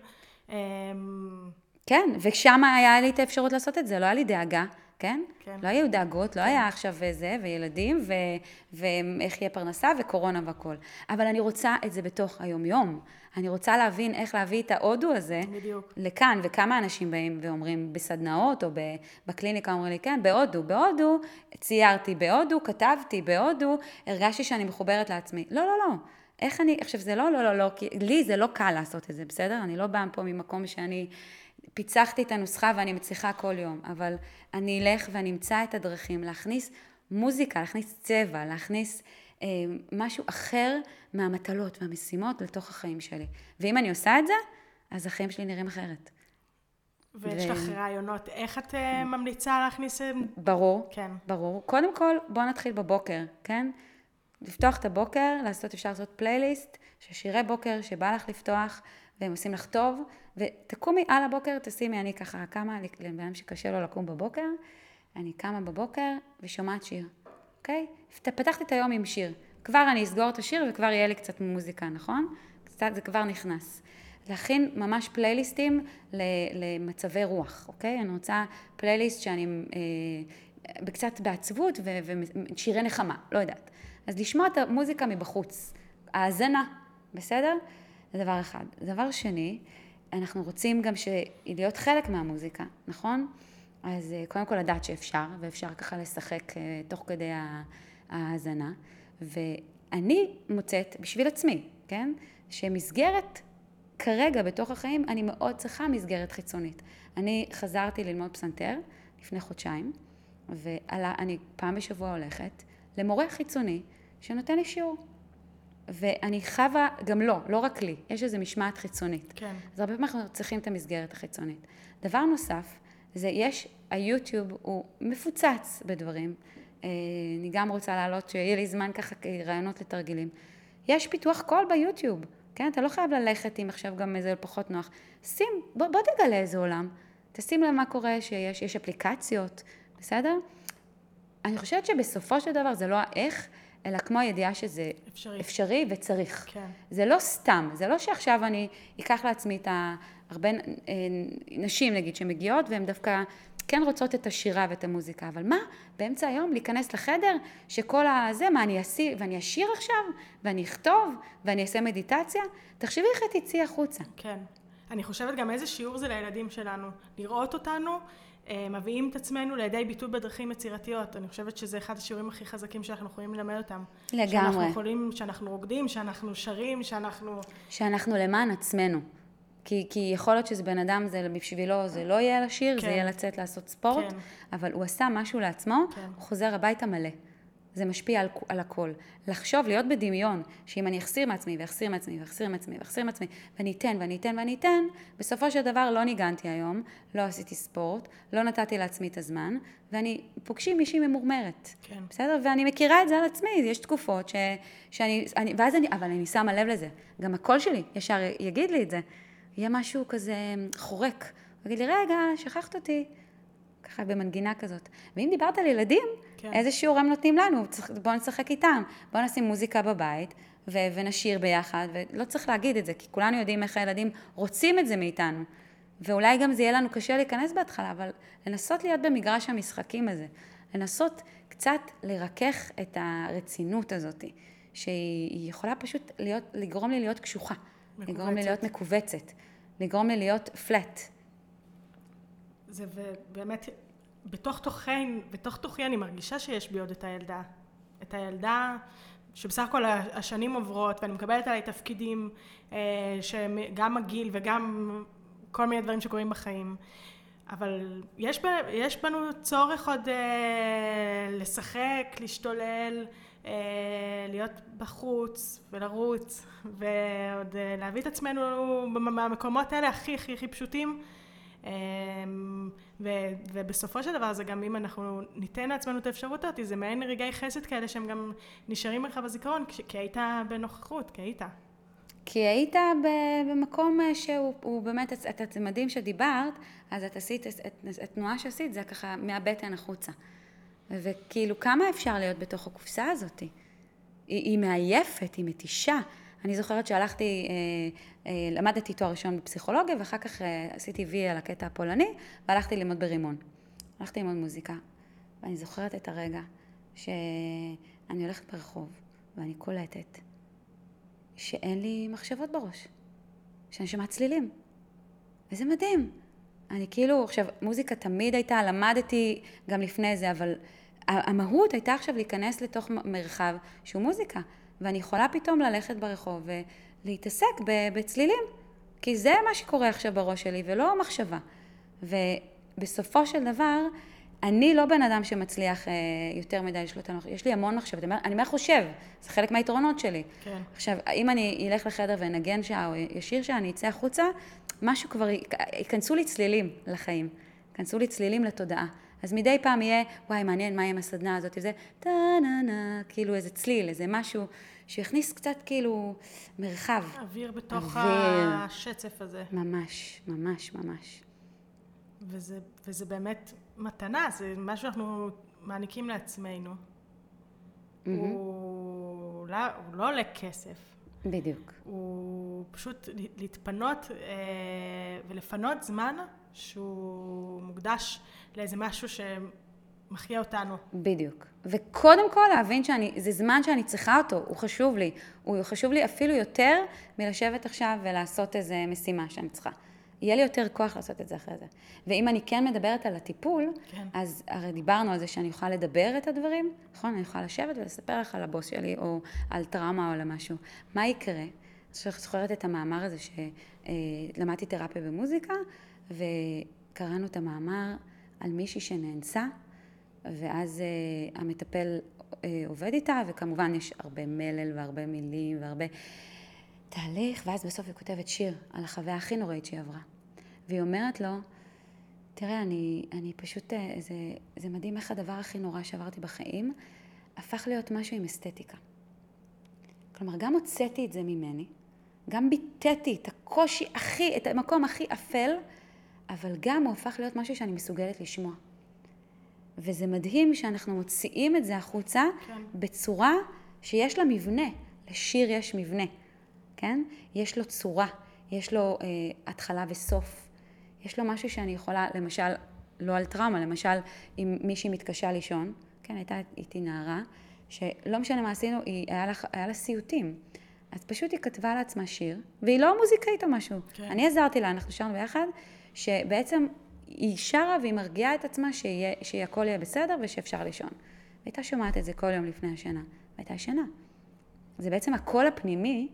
כן, ושם היה לי את האפשרות לעשות את זה, לא היה לי דאגה. כן? כן. לא היו דאגות, כן. לא היה עכשיו זה, וילדים, ו, ואיך יהיה פרנסה, וקורונה והכל. אבל אני רוצה את זה בתוך היום-יום. אני רוצה להבין איך להביא את ההודו הזה, בדיוק. לכאן, וכמה אנשים באים ואומרים בסדנאות, או בקליניקה אומרים לי, כן, בהודו, בהודו, ציירתי בהודו, כתבתי בהודו, הרגשתי שאני מחוברת לעצמי. לא, לא, לא. איך אני, עכשיו זה לא, לא, לא, לא, כי לי זה לא קל לעשות את זה, בסדר? אני לא באה פה ממקום שאני פיצחתי את הנוסחה ואני מצליחה כל יום, אבל אני אלך ואני אמצא את הדרכים להכניס מוזיקה, להכניס צבע, להכניס אה, משהו אחר מהמטלות והמשימות לתוך החיים שלי. ואם אני עושה את זה, אז החיים שלי נראים אחרת. ויש ו... לך רעיונות, איך את ממליצה להכניס? ברור, כן. ברור. קודם כל, בוא נתחיל בבוקר, כן? לפתוח את הבוקר, לעשות, אפשר לעשות פלייליסט, ששירי בוקר שבא לך לפתוח, והם עושים לך טוב, ותקומי על הבוקר, תשימי, אני ככה קמה, לבן שקשה לו לקום בבוקר, אני קמה בבוקר ושומעת שיר, אוקיי? פתחתי את היום עם שיר, כבר אני אסגור את השיר וכבר יהיה לי קצת מוזיקה, נכון? קצת זה כבר נכנס. להכין ממש פלייליסטים למצבי רוח, אוקיי? אני רוצה פלייליסט שאני אה, בקצת בעצבות ושירי נחמה, לא יודעת. אז לשמוע את המוזיקה מבחוץ, האזנה, בסדר? זה דבר אחד. דבר שני, אנחנו רוצים גם להיות חלק מהמוזיקה, נכון? אז קודם כל לדעת שאפשר, ואפשר ככה לשחק תוך כדי ההאזנה. ואני מוצאת בשביל עצמי, כן? שמסגרת כרגע בתוך החיים, אני מאוד צריכה מסגרת חיצונית. אני חזרתי ללמוד פסנתר לפני חודשיים, ואני פעם בשבוע הולכת למורה חיצוני שנותן לי שיעור. ואני חווה, גם לא, לא רק לי, יש איזו משמעת חיצונית. כן. אז הרבה פעמים אנחנו צריכים את המסגרת החיצונית. דבר נוסף, זה יש, היוטיוב הוא מפוצץ בדברים. אני גם רוצה להעלות שיהיה לי זמן ככה רעיונות לתרגילים. יש פיתוח קול ביוטיוב, כן? אתה לא חייב ללכת אם עכשיו גם איזה פחות נוח. שים, בוא, בוא תגלה איזה עולם. תשים לב מה קורה שיש, יש אפליקציות, בסדר? אני חושבת שבסופו של דבר זה לא האיך, אלא כמו הידיעה שזה אפשרי, אפשרי וצריך. כן. זה לא סתם, זה לא שעכשיו אני אקח לעצמי את הרבה נשים, נגיד, שמגיעות, והן דווקא כן רוצות את השירה ואת המוזיקה, אבל מה? באמצע היום להיכנס לחדר, שכל הזה, מה אני אעשה, ואני אשיר עכשיו, ואני אכתוב, ואני אעשה מדיטציה, תחשבי איך תצאי החוצה. כן. אני חושבת גם איזה שיעור זה לילדים שלנו, לראות אותנו, מביאים את עצמנו לידי ביטוי בדרכים יצירתיות. אני חושבת שזה אחד השיעורים הכי חזקים שאנחנו יכולים ללמד אותם. לגמרי. שאנחנו יכולים, שאנחנו רוקדים, שאנחנו שרים, שאנחנו... שאנחנו למען עצמנו. כי, כי יכול להיות שזה בן אדם, זה בשבילו, זה לא יהיה לשיר, כן. זה יהיה לצאת לעשות ספורט, כן. אבל הוא עשה משהו לעצמו, כן. הוא חוזר הביתה מלא. זה משפיע על, על הכל. לחשוב, להיות בדמיון, שאם אני אחסיר מעצמי, ואחסיר מעצמי, ואחסיר מעצמי, ואחסיר מעצמי, ואני אתן, ואני אתן, ואני אתן, בסופו של דבר לא ניגנתי היום, לא עשיתי ספורט, לא נתתי לעצמי את הזמן, ואני פוגשים מישהי ממורמרת. כן. בסדר? ואני מכירה את זה על עצמי, יש תקופות ש, שאני, אני, ואז אני, אבל אני שמה לב לזה. גם הקול שלי ישר יגיד לי את זה. יהיה משהו כזה חורק. הוא יגיד לי, רגע, שכחת אותי. ככה במנגינה כזאת. ואם דיברת על ילדים, כן. איזה שיעור הם נותנים לנו? בואו נשחק איתם. בואו נשים מוזיקה בבית ו- ונשיר ביחד. ולא צריך להגיד את זה, כי כולנו יודעים איך הילדים רוצים את זה מאיתנו. ואולי גם זה יהיה לנו קשה להיכנס בהתחלה, אבל לנסות להיות במגרש המשחקים הזה. לנסות קצת לרכך את הרצינות הזאת, שהיא יכולה פשוט להיות, לגרום לי להיות קשוחה. מקובצת. לגרום לי להיות מקובצת. לגרום לי להיות פלט. זה באמת, בתוך תוכי, בתוך תוכי אני מרגישה שיש בי עוד את הילדה. את הילדה שבסך הכל השנים עוברות, ואני מקבלת עליי תפקידים, שגם הגיל וגם כל מיני דברים שקורים בחיים. אבל יש, יש בנו צורך עוד לשחק, להשתולל, להיות בחוץ ולרוץ, ועוד להביא את עצמנו מהמקומות האלה הכי הכי הכי פשוטים. ובסופו של דבר זה גם אם אנחנו ניתן לעצמנו את האפשרות אותי, זה מעין רגעי חסד כאלה שהם גם נשארים לך בזיכרון, כי היית בנוכחות, כי היית. כי היית במקום שהוא באמת, את מדהים שדיברת, אז את עשית, התנועה שעשית, זה ככה מהבטן החוצה. וכאילו כמה אפשר להיות בתוך הקופסה הזאת? היא, היא מעייפת, היא מתישה. אני זוכרת שהלכתי, אה, אה, למדתי תואר ראשון בפסיכולוגיה, ואחר כך אה, עשיתי וי על הקטע הפולני, והלכתי ללמוד ברימון. הלכתי ללמוד מוזיקה, ואני זוכרת את הרגע שאני הולכת ברחוב, ואני קולטת שאין לי מחשבות בראש, שאני שומעת צלילים. וזה מדהים. אני כאילו, עכשיו, מוזיקה תמיד הייתה, למדתי גם לפני זה, אבל המהות הייתה עכשיו להיכנס לתוך מרחב שהוא מוזיקה. ואני יכולה פתאום ללכת ברחוב ולהתעסק בצלילים, כי זה מה שקורה עכשיו בראש שלי, ולא מחשבה. ובסופו של דבר, אני לא בן אדם שמצליח יותר מדי לשלוט על מחשב. יש לי המון מחשבת, אני מה חושב, זה חלק מהיתרונות שלי. כן. עכשיו, אם אני אלך לחדר ונגן שעה או ישיר שעה, אני אצא החוצה, משהו כבר, ייכנסו לי צלילים לחיים, ייכנסו לי צלילים לתודעה. אז מדי פעם יהיה, וואי, מעניין מה יהיה עם הסדנה הזאת, וזה טה-נה-נה, כאילו איזה צליל, איזה משהו שיכניס קצת כאילו מרחב. אוויר בתוך אוויר. השצף הזה. ממש, ממש, ממש. וזה, וזה באמת מתנה, זה מה שאנחנו מעניקים לעצמנו. Mm-hmm. הוא, לא, הוא לא עולה כסף. בדיוק. הוא פשוט להתפנות אה, ולפנות זמן שהוא מוקדש לאיזה משהו שמחיה אותנו. בדיוק. וקודם כל להבין שאני, זה זמן שאני צריכה אותו, הוא חשוב לי. הוא חשוב לי אפילו יותר מלשבת עכשיו ולעשות איזה משימה שאני צריכה. יהיה לי יותר כוח לעשות את זה אחרי זה. ואם אני כן מדברת על הטיפול, כן. אז הרי דיברנו על זה שאני יכולה לדבר את הדברים, נכון? אני יכולה לשבת ולספר לך על הבוס שלי, או על טראומה או על משהו. מה יקרה? אני זוכרת את המאמר הזה שלמדתי תרפיה במוזיקה, וקראנו את המאמר על מישהי שנאנסה, ואז uh, המטפל uh, עובד איתה, וכמובן יש הרבה מלל והרבה מילים והרבה תהליך, ואז בסוף היא כותבת שיר על החוויה הכי נוראית שהיא עברה. והיא אומרת לו, תראה, אני, אני פשוט, זה, זה מדהים איך הדבר הכי נורא שעברתי בחיים, הפך להיות משהו עם אסתטיקה. כלומר, גם הוצאתי את זה ממני, גם ביטאתי את הקושי הכי, את המקום הכי אפל, אבל גם הוא הפך להיות משהו שאני מסוגלת לשמוע. וזה מדהים שאנחנו מוציאים את זה החוצה, כן. בצורה שיש לה מבנה. לשיר יש מבנה, כן? יש לו צורה, יש לו אה, התחלה וסוף. יש לו משהו שאני יכולה, למשל, לא על טראומה, למשל, אם מישהי מתקשה לישון, כן, הייתה איתי נערה, שלא משנה מה עשינו, היא, היה, לה, היה לה סיוטים. אז פשוט היא כתבה לעצמה שיר, והיא לא מוזיקאית או משהו. כן. אני עזרתי לה, אנחנו שרנו ביחד, שבעצם היא שרה והיא מרגיעה את עצמה שיהיה, שהכל יהיה בסדר ושאפשר לישון. והייתה שומעת את זה כל יום לפני השינה, והייתה ישנה. זה בעצם הקול הפנימי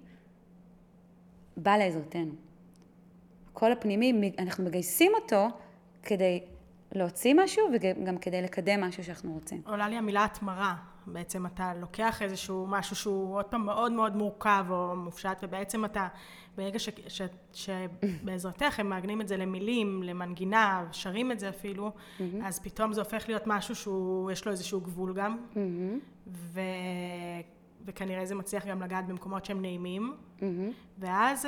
בא לעזרתנו. הקול הפנימי, אנחנו מגייסים אותו כדי להוציא משהו וגם כדי לקדם משהו שאנחנו רוצים. עולה לי המילה התמרה. בעצם אתה לוקח איזשהו משהו שהוא עוד פעם מאוד מאוד מורכב או מופשט, ובעצם אתה, ברגע ש, ש, שבעזרתך הם מעגנים את זה למילים, למנגינה, שרים את זה אפילו, mm-hmm. אז פתאום זה הופך להיות משהו שהוא, יש לו איזשהו גבול גם, mm-hmm. ו, וכנראה זה מצליח גם לגעת במקומות שהם נעימים, mm-hmm. ואז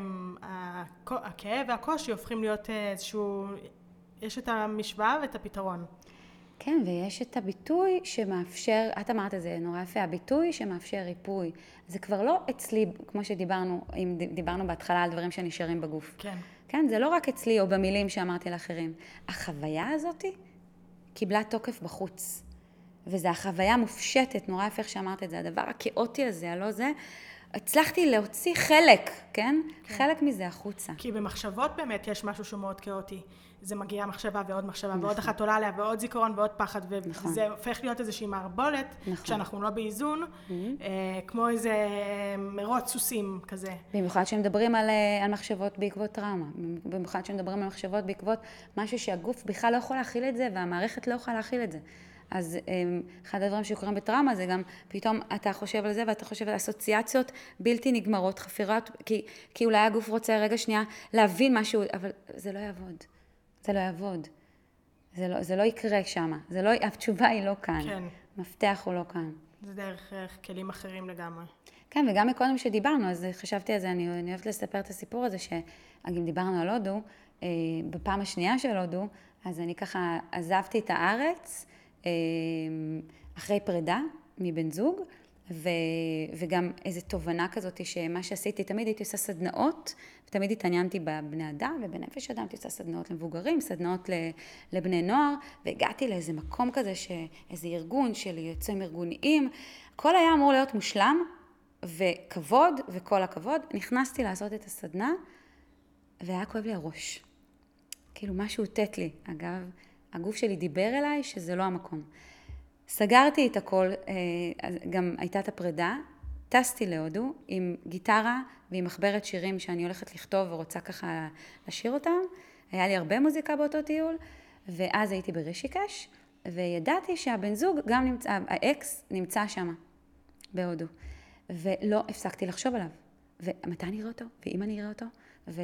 הכאב והקושי הופכים להיות איזשהו, יש את המשוואה ואת הפתרון. כן, ויש את הביטוי שמאפשר, את אמרת את זה נורא יפה, הביטוי שמאפשר ריפוי. זה כבר לא אצלי, כמו שדיברנו, אם דיברנו בהתחלה על דברים שנשארים בגוף. כן. כן, זה לא רק אצלי או במילים שאמרתי לאחרים. החוויה הזאת קיבלה תוקף בחוץ. וזו החוויה מופשטת, נורא יפה איך שאמרת את זה, הדבר הכאוטי הזה, הלא זה, הצלחתי להוציא חלק, כן? כן? חלק מזה החוצה. כי במחשבות באמת יש משהו שהוא מאוד כאוטי. זה מגיע מחשבה ועוד מחשבה, נכון. ועוד אחת עולה עליה, ועוד זיכרון ועוד פחד, וזה נכון. הופך להיות איזושהי מערבולת, נכון. כשאנחנו לא באיזון, mm-hmm. אה, כמו איזה מרוץ סוסים כזה. במיוחד שמדברים על, על מחשבות בעקבות טראומה, במיוחד שמדברים על מחשבות בעקבות משהו שהגוף בכלל לא יכול להכיל את זה, והמערכת לא יכולה להכיל את זה. אז אחד הדברים שקורים בטראומה זה גם פתאום אתה חושב על זה ואתה חושב על אסוציאציות בלתי נגמרות, חפירות, כי, כי אולי הגוף רוצה רגע שנייה להבין משהו, אבל זה לא יעבוד. זה לא יעבוד. זה לא, זה לא יקרה שם. זה לא, התשובה היא לא כאן. כן. מפתח הוא לא כאן. זה דרך כלים אחרים לגמרי. כן, וגם מקודם שדיברנו, אז חשבתי על זה, אני, אני אוהבת לספר את הסיפור הזה, שאם דיברנו על הודו, בפעם השנייה של הודו, אז אני ככה עזבתי את הארץ, אחרי פרידה מבן זוג, ו, וגם איזו תובנה כזאת שמה שעשיתי, תמיד הייתי עושה סדנאות, ותמיד התעניינתי בבני אדם, ובנפש אדם הייתי עושה סדנאות למבוגרים, סדנאות לבני נוער, והגעתי לאיזה מקום כזה, שאיזה ארגון של יוצאים ארגוניים, הכל היה אמור להיות מושלם, וכבוד, וכל הכבוד, נכנסתי לעשות את הסדנה, והיה כואב לי הראש. כאילו משהו הוטט לי, אגב, הגוף שלי דיבר אליי שזה לא המקום. סגרתי את הכל, גם הייתה את הפרידה, טסתי להודו עם גיטרה ועם מחברת שירים שאני הולכת לכתוב ורוצה ככה לשיר אותם. היה לי הרבה מוזיקה באותו טיול, ואז הייתי ברישיקש, וידעתי שהבן זוג גם נמצא, האקס נמצא שם, בהודו. ולא הפסקתי לחשוב עליו. ומתי אני אראה אותו? ואם אני אראה אותו? ו...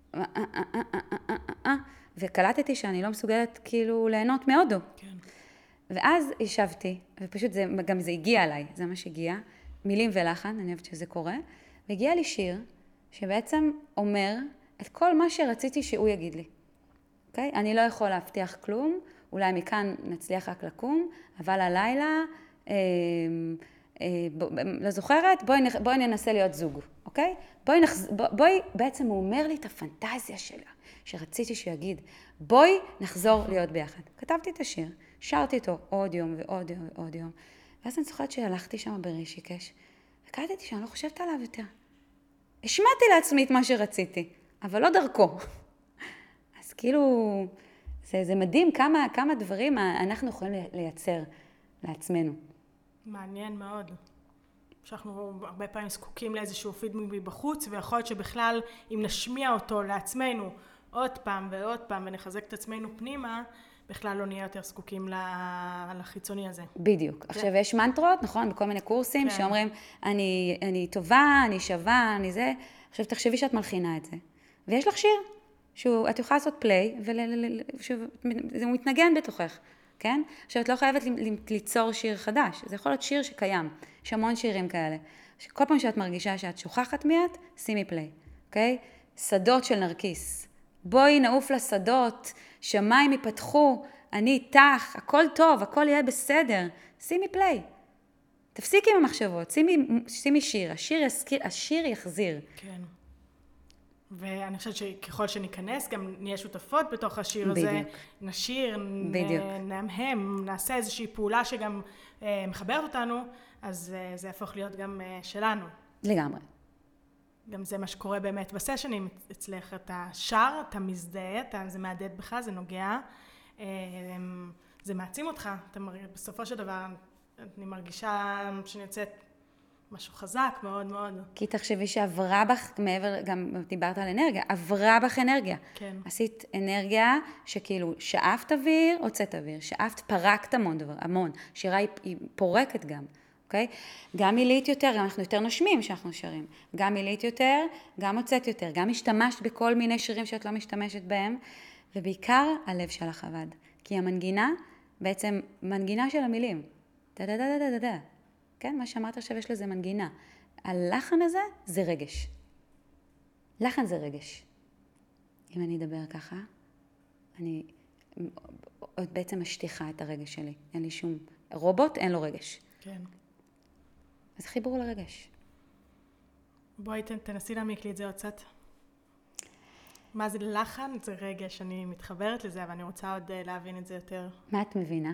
וקלטתי שאני לא מסוגלת כאילו ליהנות מהודו. כן. ואז ישבתי, ופשוט זה, גם זה הגיע עליי, זה מה שהגיע, מילים ולחן, אני אוהבת שזה קורה, והגיע לי שיר שבעצם אומר את כל מה שרציתי שהוא יגיד לי. אוקיי? אני לא יכול להבטיח כלום, אולי מכאן נצליח רק לקום, אבל הלילה, אה, אה, ב, לא זוכרת, בואי, בואי ננסה להיות זוג, אוקיי? בואי, נחז, בוא, בואי, בעצם הוא אומר לי את הפנטזיה שלה, שרציתי שיגיד, בואי נחזור להיות ביחד. כתבתי את השיר, שרתי אותו עוד יום ועוד יום ועוד יום, ואז אני זוכרת שהלכתי שם ברישיקש, וקלטתי שאני לא חושבת עליו יותר. השמעתי לעצמי את מה שרציתי, אבל לא דרכו. אז כאילו, זה, זה מדהים כמה, כמה דברים אנחנו יכולים לייצר לעצמנו. מעניין מאוד. שאנחנו הרבה פעמים זקוקים לאיזשהו פידבק מבחוץ, ויכול להיות שבכלל אם נשמיע אותו לעצמנו עוד פעם ועוד פעם ונחזק את עצמנו פנימה, בכלל לא נהיה יותר זקוקים לחיצוני הזה. בדיוק. עכשיו יש מנטרות, נכון, בכל מיני קורסים כן. שאומרים, אני, אני טובה, אני שווה, אני זה. עכשיו תחשבי שאת מלחינה את זה. ויש לך שיר, שאת יכולה לעשות פליי, והוא מתנגן בתוכך, כן? עכשיו את לא חייבת ליצור שיר חדש, זה יכול להיות שיר שקיים. יש המון שירים כאלה. כל פעם שאת מרגישה שאת שוכחת מיד, שימי פליי, אוקיי? שדות של נרקיס. בואי נעוף לשדות, שמיים ייפתחו, אני איתך, הכל טוב, הכל יהיה בסדר. שימי פליי. תפסיקי עם המחשבות, שימי, שימי שיר, השיר, יזכיר, השיר יחזיר. כן. ואני חושבת שככל שניכנס, גם נהיה שותפות בתוך השיר בדיוק. הזה, נשיר, בדיוק. נהמהם, נעשה איזושהי פעולה שגם אה, מחברת אותנו, אז אה, זה יהפוך להיות גם אה, שלנו. לגמרי. גם זה מה שקורה באמת בסשנים אצלך, אתה שר, אתה מזדהה, אתה, זה מעדד בך, זה נוגע, אה, זה מעצים אותך, אתה מרגיש, בסופו של דבר, אני מרגישה שאני יוצאת משהו חזק מאוד מאוד. כי תחשבי שעברה בך, מעבר, גם דיברת על אנרגיה, עברה בך אנרגיה. כן. עשית אנרגיה שכאילו שאפת אוויר, הוצאת אוויר, שאפת פרקת המון דבר, המון. שירה היא, היא פורקת גם, אוקיי? גם מילית יותר, גם אנחנו יותר נושמים שאנחנו שרים. גם מילית יותר, גם הוצאת יותר, גם השתמשת בכל מיני שירים שאת לא משתמשת בהם, ובעיקר הלב שלך עבד. כי המנגינה, בעצם מנגינה של המילים. דה-דה-דה-דה-דה-דה. כן, מה שאמרת עכשיו יש לזה מנגינה. הלחן הזה זה רגש. לחן זה רגש. אם אני אדבר ככה, אני בעצם משטיחה את הרגש שלי. אין לי שום... רובוט אין לו רגש. כן. אז חיבור לרגש. בואי תנסי להעמיק לי את זה עוד קצת. מה זה לחן? זה רגש. אני מתחברת לזה, אבל אני רוצה עוד להבין את זה יותר. מה את מבינה?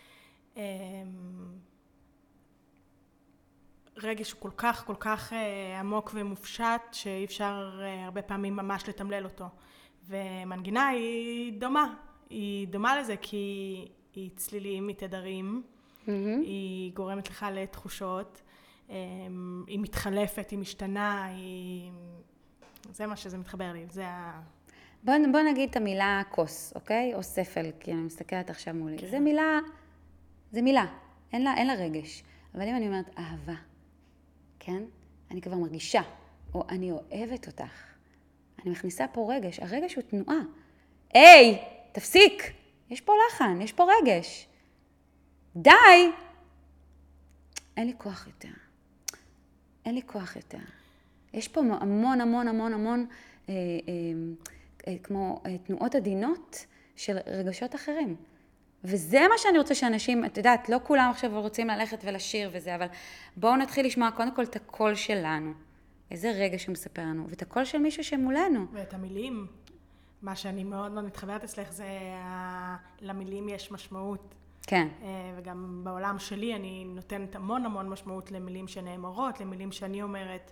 רגש הוא כל כך, כל כך עמוק ומופשט, שאי אפשר הרבה פעמים ממש לתמלל אותו. ומנגינה היא דומה. היא דומה לזה כי היא צלילים, היא תדרים, mm-hmm. היא גורמת לך לתחושות, היא מתחלפת, היא משתנה, היא... זה מה שזה מתחבר לי, זה ה... בוא, בוא נגיד את המילה כוס, אוקיי? או ספל, כי אני מסתכלת עכשיו מולי. כן. זה מילה, זה מילה, אין לה, אין לה רגש. אבל אם אני אומרת אהבה, כן? אני כבר מרגישה, או אני אוהבת אותך. אני מכניסה פה רגש, הרגש הוא תנועה. היי, תפסיק! יש פה לחן, יש פה רגש. די! אין לי כוח יותר. אין לי כוח יותר. יש פה המון המון המון המון, אה, אה, אה, כמו אה, תנועות עדינות של רגשות אחרים. וזה מה שאני רוצה שאנשים, את יודעת, לא כולם עכשיו רוצים ללכת ולשיר וזה, אבל בואו נתחיל לשמוע קודם כל את הקול שלנו. איזה רגע שהוא מספר לנו, ואת הקול של מישהו שמולנו. ואת המילים. מה שאני מאוד מאוד מתחברת אצלך זה, ה... למילים יש משמעות. כן. וגם בעולם שלי אני נותנת המון המון משמעות למילים שנאמרות, למילים שאני אומרת.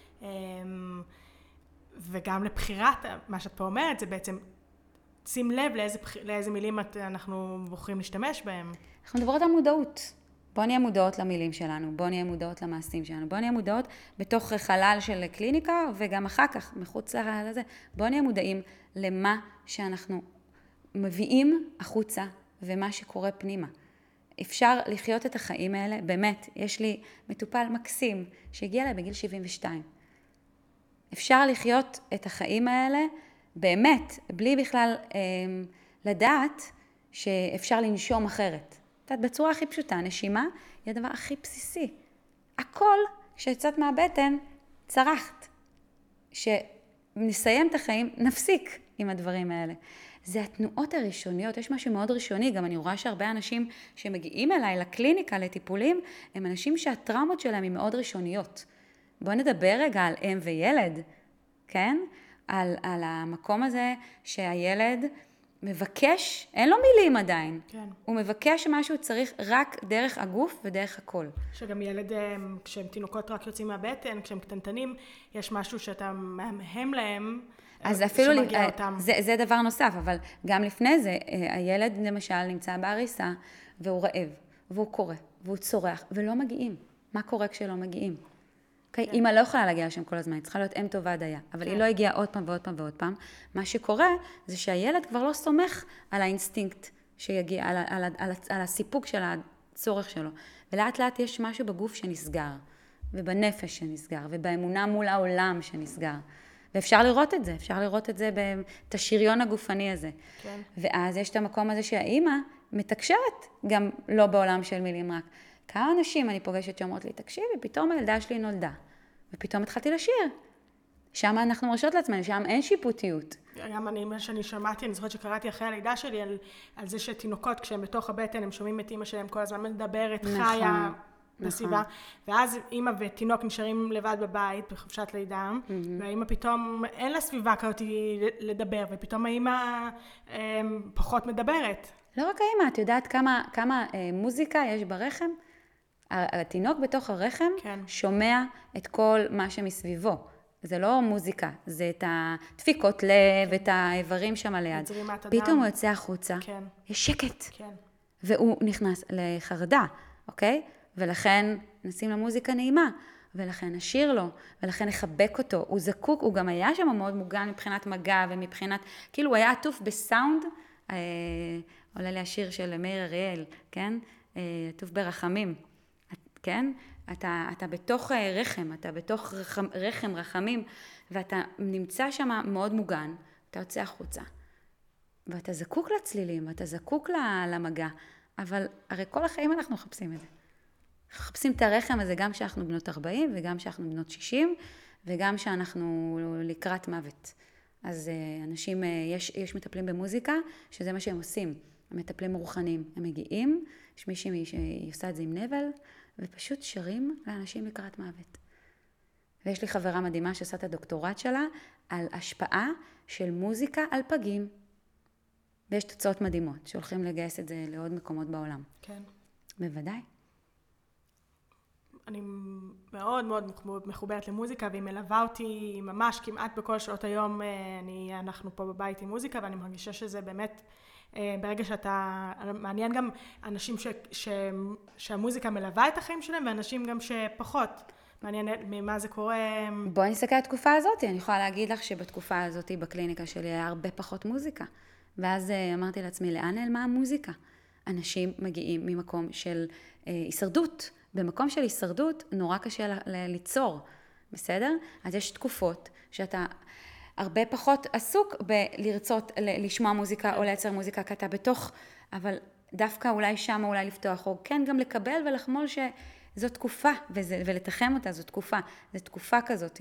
וגם לבחירת, מה שאת פה אומרת, זה בעצם, שים לב לאיזה, לאיזה מילים אנחנו בוחרים להשתמש בהם. אנחנו מדברות על מודעות. בוא נהיה מודעות למילים שלנו, בוא נהיה מודעות למעשים שלנו, בוא נהיה מודעות בתוך חלל של קליניקה, וגם אחר כך, מחוץ לזה, בוא נהיה מודעים למה שאנחנו מביאים החוצה, ומה שקורה פנימה. אפשר לחיות את החיים האלה, באמת, יש לי מטופל מקסים, שהגיע אליי בגיל שבעים ושתיים. אפשר לחיות את החיים האלה, באמת, בלי בכלל אה, לדעת שאפשר לנשום אחרת. את יודעת, בצורה הכי פשוטה, נשימה היא הדבר הכי בסיסי. הכל שיצאת מהבטן, צרחת. שנסיים את החיים, נפסיק עם הדברים האלה. זה התנועות הראשוניות, יש משהו מאוד ראשוני, גם אני רואה שהרבה אנשים שמגיעים אליי לקליניקה, לטיפולים, הם אנשים שהטראומות שלהם הן מאוד ראשוניות. בואו נדבר רגע על אם וילד, כן? על, על המקום הזה שהילד מבקש, אין לו מילים עדיין. כן. הוא מבקש משהו צריך רק דרך הגוף ודרך הכל. שגם ילד, כשהם תינוקות רק יוצאים מהבטן, כשהם קטנטנים, יש משהו שאתה מהמהם להם, אז אפילו, שמגיע אותם. זה, זה דבר נוסף, אבל גם לפני זה, הילד למשל נמצא בעריסה, והוא רעב, והוא קורא, והוא צורח, ולא מגיעים. מה קורה כשלא מגיעים? Okay, אמא לא יכולה להגיע לשם כל הזמן, היא צריכה להיות אם טובה דייה, אבל היא לא הגיעה עוד פעם ועוד פעם ועוד פעם. מה שקורה זה שהילד כבר לא סומך על האינסטינקט שיגיע, על, על, על, על הסיפוק של הצורך שלו. ולאט לאט יש משהו בגוף שנסגר, ובנפש שנסגר, ובאמונה מול העולם שנסגר. ואפשר לראות את זה, אפשר לראות את זה את השריון הגופני הזה. כן. ואז יש את המקום הזה שהאמא מתקשרת, גם לא בעולם של מילים רק. כמה אנשים אני פוגשת שאומרות לי, תקשיבי, פתאום הילדה שלי נולדה, ופתאום התחלתי לשיר. שם אנחנו מרשות לעצמנו, שם אין שיפוטיות. גם אני, מה שאני שמעתי, אני זוכרת שקראתי אחרי הלידה שלי, על, על זה שתינוקות, כשהם בתוך הבטן, הם שומעים את אמא שלהם כל הזמן מדברת, נכון, חיה בסביבה, נכון. ואז אמא ותינוק נשארים לבד בבית, בחופשת לידה, mm-hmm. והאמא פתאום, אין לה סביבה כזאת לדבר, ופתאום האמא אה, פחות מדברת. לא רק האמא, את יודעת כמה, כמה אה, מוזיקה יש ברחם? התינוק בתוך הרחם כן. שומע את כל מה שמסביבו. זה לא מוזיקה, זה את הדפיקות לב, את האיברים שם ליד. פתאום הוא יוצא החוצה, כן. יש שקט. כן. והוא נכנס לחרדה, אוקיי? ולכן נשים למוזיקה נעימה. ולכן נשאיר לו, ולכן נחבק אותו. הוא זקוק, הוא גם היה שם מאוד מוגן מבחינת מגע ומבחינת, כאילו הוא היה עטוף בסאונד, אה, עולה לי השיר של מאיר אריאל, כן? אה, עטוף ברחמים, כן? אתה, אתה בתוך רחם, אתה בתוך רחם, רחם, רחמים, ואתה נמצא שם מאוד מוגן, אתה יוצא החוצה. ואתה זקוק לצלילים, ואתה זקוק למגע, אבל הרי כל החיים אנחנו מחפשים את זה. מחפשים את הרחם הזה גם שאנחנו בנות ארבעים, וגם שאנחנו בנות שישים, וגם שאנחנו לקראת מוות. אז אנשים, יש, יש מטפלים במוזיקה, שזה מה שהם עושים. הם מטפלים רוחניים. הם מגיעים, יש מישהי שעושה את זה עם נבל, ופשוט שרים לאנשים לקראת מוות. ויש לי חברה מדהימה שעושה את הדוקטורט שלה, על השפעה של מוזיקה על פגים. ויש תוצאות מדהימות, שהולכים לגייס את זה לעוד מקומות בעולם. כן. בוודאי. אני מאוד מאוד מחוברת למוזיקה, והיא מלווה אותי ממש כמעט בכל שעות היום. אני, אנחנו פה בבית עם מוזיקה, ואני מרגישה שזה באמת, ברגע שאתה, מעניין גם אנשים ש, ש, שהמוזיקה מלווה את החיים שלהם, ואנשים גם שפחות. מעניין ממה זה קורה. בואי נסתכל על התקופה הזאת. אני יכולה להגיד לך שבתקופה הזאת בקליניקה שלי היה הרבה פחות מוזיקה. ואז אמרתי לעצמי, לאן נעלמה המוזיקה? אנשים מגיעים ממקום של אה, הישרדות. במקום של הישרדות נורא קשה ל- ל- ליצור, בסדר? אז יש תקופות שאתה הרבה פחות עסוק בלרצות ל- לשמוע מוזיקה או לייצר מוזיקה, כי אתה בתוך, אבל דווקא אולי שם אולי לפתוח, או כן גם לקבל ולחמול שזו תקופה, וזה, ולתחם אותה, זו תקופה, זו תקופה כזאת.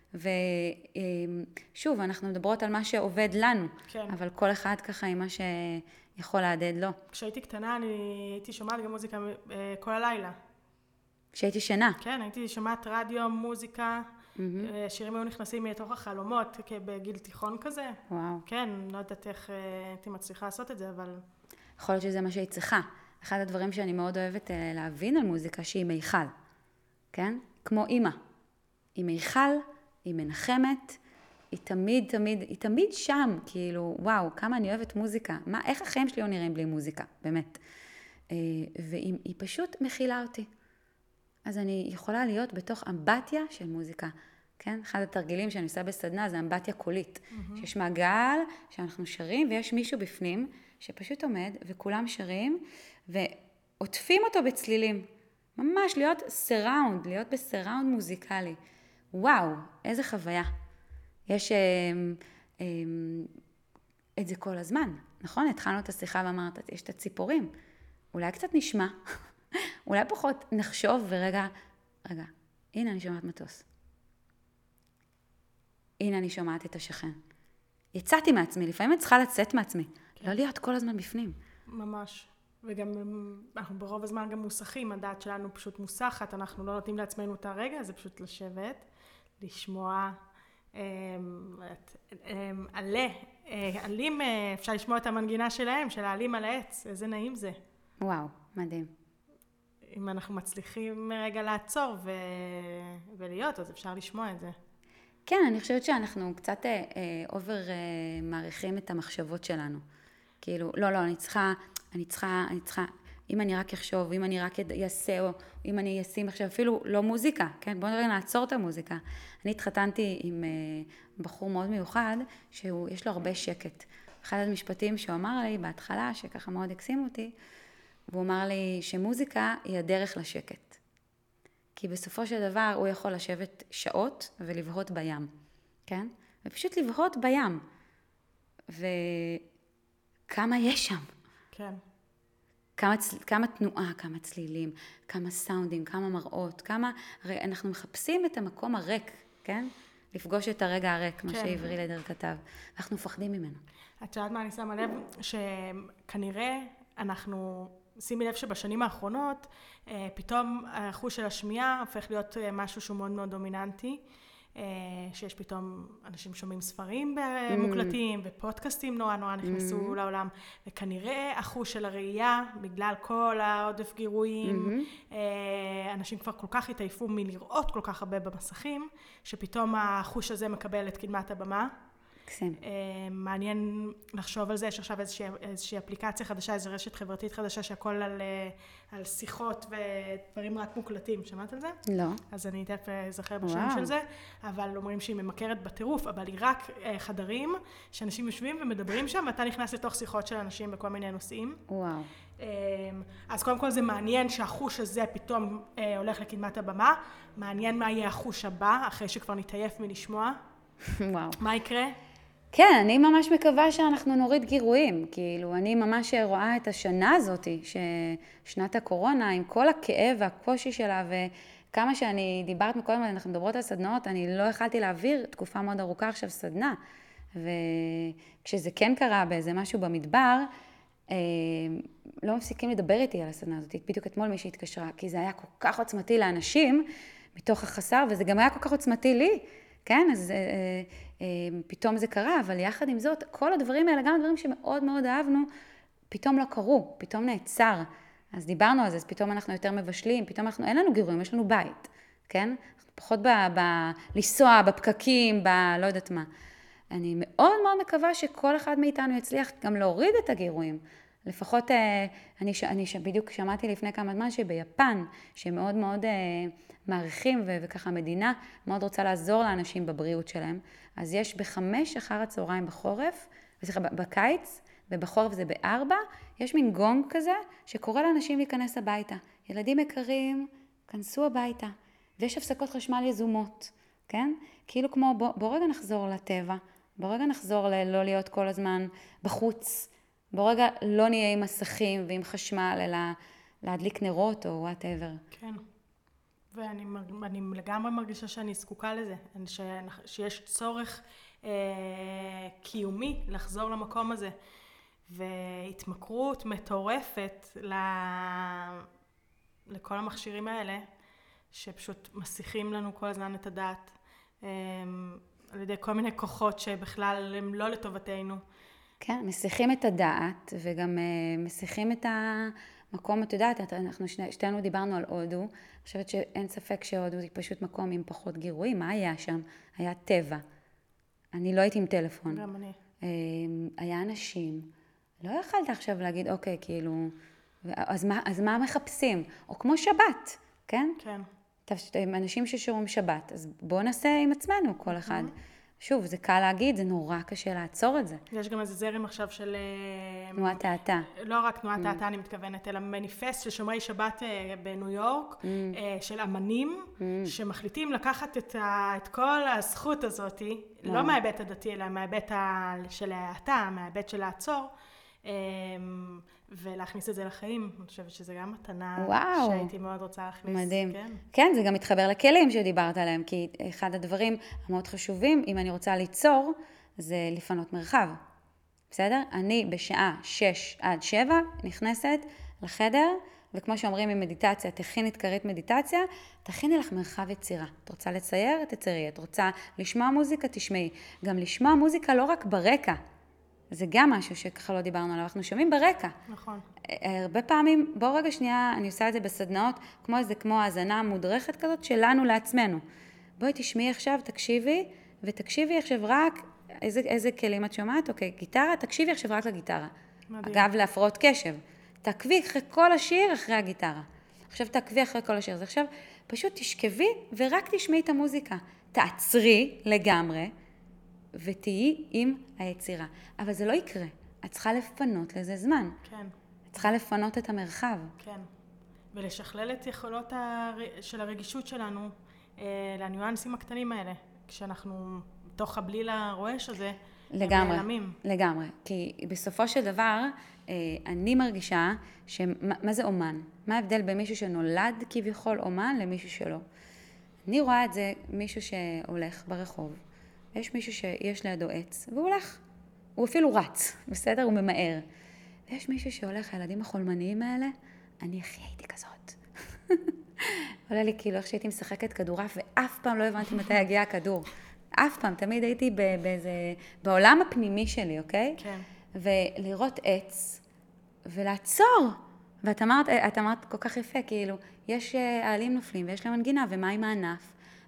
ושוב, אנחנו מדברות על מה שעובד לנו, כן. אבל כל אחד ככה עם מה שיכול להדד לו. כשהייתי קטנה אני הייתי שומעת גם מוזיקה כל הלילה. כשהייתי שנה. כן, הייתי שומעת רדיו, מוזיקה, mm-hmm. שירים היו נכנסים מתוך החלומות, בגיל תיכון כזה. וואו. כן, לא יודעת איך הייתי מצליחה לעשות את זה, אבל... יכול להיות שזה מה שהיא צריכה. אחד הדברים שאני מאוד אוהבת להבין על מוזיקה, שהיא מיכל, כן? כמו אימא. היא מיכל, היא מנחמת, היא תמיד, תמיד, היא תמיד שם, כאילו, וואו, כמה אני אוהבת מוזיקה. מה, איך החיים שלי לא נראים בלי מוזיקה, באמת. והיא היא פשוט מכילה אותי. אז אני יכולה להיות בתוך אמבטיה של מוזיקה, כן? אחד התרגילים שאני עושה בסדנה זה אמבטיה קולית. Mm-hmm. שיש מעגל שאנחנו שרים ויש מישהו בפנים שפשוט עומד וכולם שרים ועוטפים אותו בצלילים. ממש להיות סראונד, להיות בסראונד מוזיקלי. וואו, איזה חוויה. יש אה, אה, את זה כל הזמן, נכון? התחלנו את השיחה ואמרת, יש את הציפורים. אולי קצת נשמע. אולי פחות נחשוב ורגע, רגע, הנה אני שומעת מטוס. הנה אני שומעת את השכן. יצאתי מעצמי, לפעמים אני צריכה לצאת מעצמי. כן. לא להיות כל הזמן בפנים. ממש. וגם אנחנו ברוב הזמן גם מוסכים, הדעת שלנו פשוט מוסחת, אנחנו לא נותנים לעצמנו את הרגע, זה פשוט לשבת, לשמוע, עלה, עלים, אפשר לשמוע את המנגינה שלהם, של העלים על העץ, איזה נעים זה. וואו, מדהים. אם אנחנו מצליחים רגע לעצור ו... ולהיות, אז אפשר לשמוע את זה. כן, אני חושבת שאנחנו קצת אה, אובר אה, מעריכים את המחשבות שלנו. כאילו, לא, לא, אני צריכה, אני צריכה, אני צריכה, אם אני רק אחשוב, אם אני רק אעשה, או אם אני אשים עכשיו, אפילו לא מוזיקה, כן? בואו נראה, נעצור את המוזיקה. אני התחתנתי עם אה, בחור מאוד מיוחד, שיש לו הרבה שקט. אחד המשפטים שהוא אמר לי בהתחלה, שככה מאוד הקסים אותי, והוא אמר לי שמוזיקה היא הדרך לשקט. כי בסופו של דבר הוא יכול לשבת שעות ולבהות בים, כן? ופשוט לבהות בים. וכמה יש שם. כן. כמה, כמה תנועה, כמה צלילים, כמה סאונדים, כמה מראות, כמה... הרי אנחנו מחפשים את המקום הריק, כן? לפגוש את הרגע הריק, כן. מה שעברי לדר כתב. אנחנו מפחדים ממנו. את יודעת מה אני שמה לב? שכנראה אנחנו... שימי לב שבשנים האחרונות, פתאום החוש של השמיעה הופך להיות משהו שהוא מאוד מאוד דומיננטי, שיש פתאום אנשים שומעים ספרים מוקלטים, ופודקאסטים נורא נורא נכנסו לעולם, וכנראה החוש של הראייה, בגלל כל העודף גירויים, אנשים כבר כל כך התעייפו מלראות כל כך הרבה במסכים, שפתאום החוש הזה מקבל את קדמת הבמה. קסים. מעניין לחשוב על זה, יש עכשיו איזושהי, איזושהי אפליקציה חדשה, איזו רשת חברתית חדשה שהכל על, על שיחות ודברים רק מוקלטים, שמעת על זה? לא. אז אני תכף אזכר בשם של זה, אבל אומרים שהיא ממכרת בטירוף, אבל היא רק חדרים שאנשים יושבים ומדברים שם, ואתה נכנס לתוך שיחות של אנשים בכל מיני נושאים. וואו. אז קודם כל זה מעניין שהחוש הזה פתאום הולך לקדמת הבמה, מעניין מה יהיה החוש הבא, אחרי שכבר נתעייף מלשמוע. וואו. מה יקרה? כן, אני ממש מקווה שאנחנו נוריד גירויים, כאילו אני ממש רואה את השנה הזאת, ששנת הקורונה, עם כל הכאב והקושי שלה, וכמה שאני דיברת מקודם, אנחנו מדברות על סדנאות, אני לא יכלתי להעביר תקופה מאוד ארוכה עכשיו סדנה, וכשזה כן קרה באיזה משהו במדבר, לא מפסיקים לדבר איתי על הסדנה הזאת, בדיוק אתמול מי שהתקשרה, כי זה היה כל כך עוצמתי לאנשים, מתוך החסר, וזה גם היה כל כך עוצמתי לי, כן, אז אה, אה, פתאום זה קרה, אבל יחד עם זאת, כל הדברים האלה, גם הדברים שמאוד מאוד אהבנו, פתאום לא קרו, פתאום נעצר. אז דיברנו על זה, אז פתאום אנחנו יותר מבשלים, פתאום אנחנו, אין לנו גירויים, יש לנו בית, כן? אנחנו פחות ב, ב, לנסוע, בפקקים, ב, לא יודעת מה. אני מאוד מאוד מקווה שכל אחד מאיתנו יצליח גם להוריד את הגירויים. לפחות, אה, אני, אני בדיוק שמעתי לפני כמה זמן שביפן, שמאוד מאוד... אה, מעריכים ו- וככה המדינה מאוד רוצה לעזור לאנשים בבריאות שלהם. אז יש בחמש אחר הצהריים בחורף, וסליחה, בקיץ, ובחורף זה בארבע, יש מין גונג כזה שקורא לאנשים להיכנס הביתה. ילדים יקרים, כנסו הביתה. ויש הפסקות חשמל יזומות, כן? כאילו כמו בוא, בוא רגע נחזור לטבע, בוא רגע נחזור ללא להיות כל הזמן בחוץ, בוא רגע לא נהיה עם מסכים ועם חשמל, אלא להדליק נרות או whatever. כן. ואני אני לגמרי מרגישה שאני זקוקה לזה, ש, שיש צורך אה, קיומי לחזור למקום הזה, והתמכרות מטורפת ל, לכל המכשירים האלה, שפשוט מסיחים לנו כל הזמן את הדעת, אה, על ידי כל מיני כוחות שבכלל הם לא לטובתנו. כן, מסיחים את הדעת, וגם אה, מסיחים את ה... מקום, את יודעת, אנחנו שתינו דיברנו על הודו, אני חושבת שאין ספק שהודו היא פשוט מקום עם פחות גירויים, מה היה שם? היה טבע, אני לא הייתי עם טלפון. גם אני. היה אנשים, לא יכלת עכשיו להגיד, אוקיי, כאילו, אז מה, אז מה מחפשים? או כמו שבת, כן? כן. אנשים ששומרים שבת, אז בואו נעשה עם עצמנו כל אחד. שוב, זה קל להגיד, זה נורא קשה לעצור את זה. יש גם איזה זרם עכשיו של... תנועת האטה. לא רק תנועת האטה, אני מתכוונת, אלא מניפסט של שומרי שבת בניו יורק, של אמנים, שמחליטים לקחת את כל הזכות הזאת, לא מההיבט הדתי, אלא מההיבט של האטה, מההיבט של לעצור, ולהכניס את זה לחיים. אני חושבת שזה גם מתנה וואו. שהייתי מאוד רוצה להכניס. מדהים. כן. כן, זה גם מתחבר לכלים שדיברת עליהם, כי אחד הדברים המאוד חשובים, אם אני רוצה ליצור, זה לפנות מרחב. בסדר? אני בשעה שש עד שבע נכנסת לחדר, וכמו שאומרים עם מדיטציה, תכיני את כרית מדיטציה, תכיני לך מרחב יצירה. את רוצה לצייר? תציירי. את רוצה לשמוע מוזיקה? תשמעי. גם לשמוע מוזיקה לא רק ברקע, זה גם משהו שככה לא דיברנו עליו, אנחנו שומעים ברקע. נכון. הרבה פעמים, בואו רגע שנייה, אני עושה את זה בסדנאות, כמו איזה, כמו האזנה מודרכת כזאת שלנו לעצמנו. בואי תשמעי עכשיו, תקשיבי, ותקשיבי עכשיו רק, איזה, איזה כלים את שומעת? אוקיי, גיטרה, תקשיבי עכשיו רק לגיטרה. מדהים. אגב, להפרעות קשב. תעקבי אחרי כל השיר אחרי הגיטרה. עכשיו תעקבי אחרי כל השיר. אז עכשיו פשוט תשכבי ורק תשמעי את המוזיקה. תעצרי לגמרי, ותהיי עם היצירה. אבל זה לא יקרה. את צריכה לפנות לזה זמן. כן. את צריכה לפנות את המרחב. כן. ולשכלל את יכולות הר... של הרגישות שלנו אה, לניואנסים הקטנים האלה. כשאנחנו בתוך הבליל הרועש הזה, לגמרי, הם נעלמים. לגמרי. כי בסופו של דבר, אה, אני מרגישה שמה מה זה אומן? מה ההבדל בין מישהו שנולד כביכול אומן למישהו שלא? אני רואה את זה מישהו שהולך ברחוב, יש מישהו שיש לידו עץ, והוא הולך, הוא אפילו רץ, בסדר? הוא ממהר. ויש מישהו שהולך, הילדים החולמניים האלה, אני הכי הייתי כזאת. עולה לי כאילו איך שהייתי משחקת כדורף, ואף פעם לא הבנתי מתי יגיע הכדור. אף פעם, תמיד הייתי באיזה, בעולם הפנימי שלי, אוקיי? כן. ולראות עץ, ולעצור. ואת אמרת, את אמרת כל כך יפה, כאילו, יש העלים נופלים, ויש להם מנגינה, ומה עם הענף?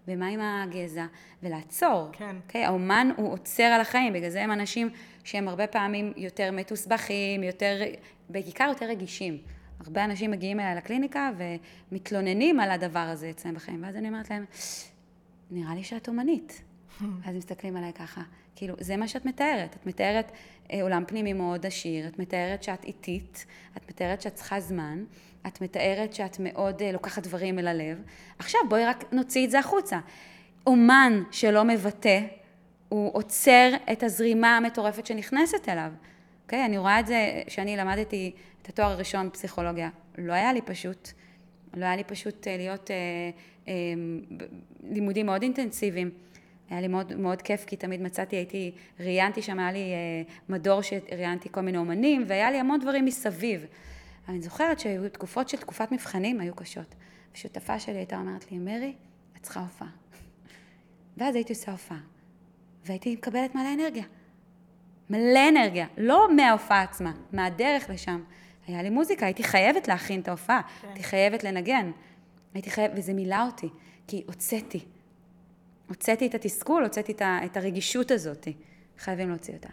ומה עם הגזע, ולעצור. כן. Okay? האומן הוא עוצר על החיים, בגלל זה הם אנשים שהם הרבה פעמים יותר מתוסבכים, יותר, בעיקר יותר רגישים. הרבה אנשים מגיעים אליי לקליניקה ומתלוננים על הדבר הזה אצלם בחיים, ואז אני אומרת להם, נראה לי שאת אומנית. אז מסתכלים עליי ככה, כאילו, זה מה שאת מתארת. את מתארת אה, עולם פנימי מאוד עשיר, את מתארת שאת איטית, את מתארת שאת צריכה זמן, את מתארת שאת מאוד אה, לוקחת דברים אל הלב. עכשיו בואי רק נוציא את זה החוצה. אומן שלא מבטא, הוא עוצר את הזרימה המטורפת שנכנסת אליו. אוקיי? אני רואה את זה, שאני למדתי את התואר הראשון בפסיכולוגיה, לא היה לי פשוט, לא היה לי פשוט אה, להיות אה, אה, לימודים מאוד אינטנסיביים. היה לי מאוד, מאוד כיף, כי תמיד מצאתי, הייתי, ראיינתי שם, היה לי אה, מדור שראיינתי כל מיני אומנים, והיה לי המון דברים מסביב. אבל אני זוכרת שהיו תקופות של תקופת מבחנים, היו קשות. ושותפה שלי הייתה אומרת לי, מרי, את צריכה הופעה. ואז הייתי עושה הופעה, והייתי מקבלת מלא אנרגיה. מלא אנרגיה, לא מההופעה עצמה, מהדרך לשם. היה לי מוזיקה, הייתי חייבת להכין את ההופעה, כן. הייתי חייבת לנגן. הייתי חייבת, וזה מילא אותי, כי הוצאתי. הוצאתי את התסכול, הוצאתי את הרגישות הזאת. חייבים להוציא אותה.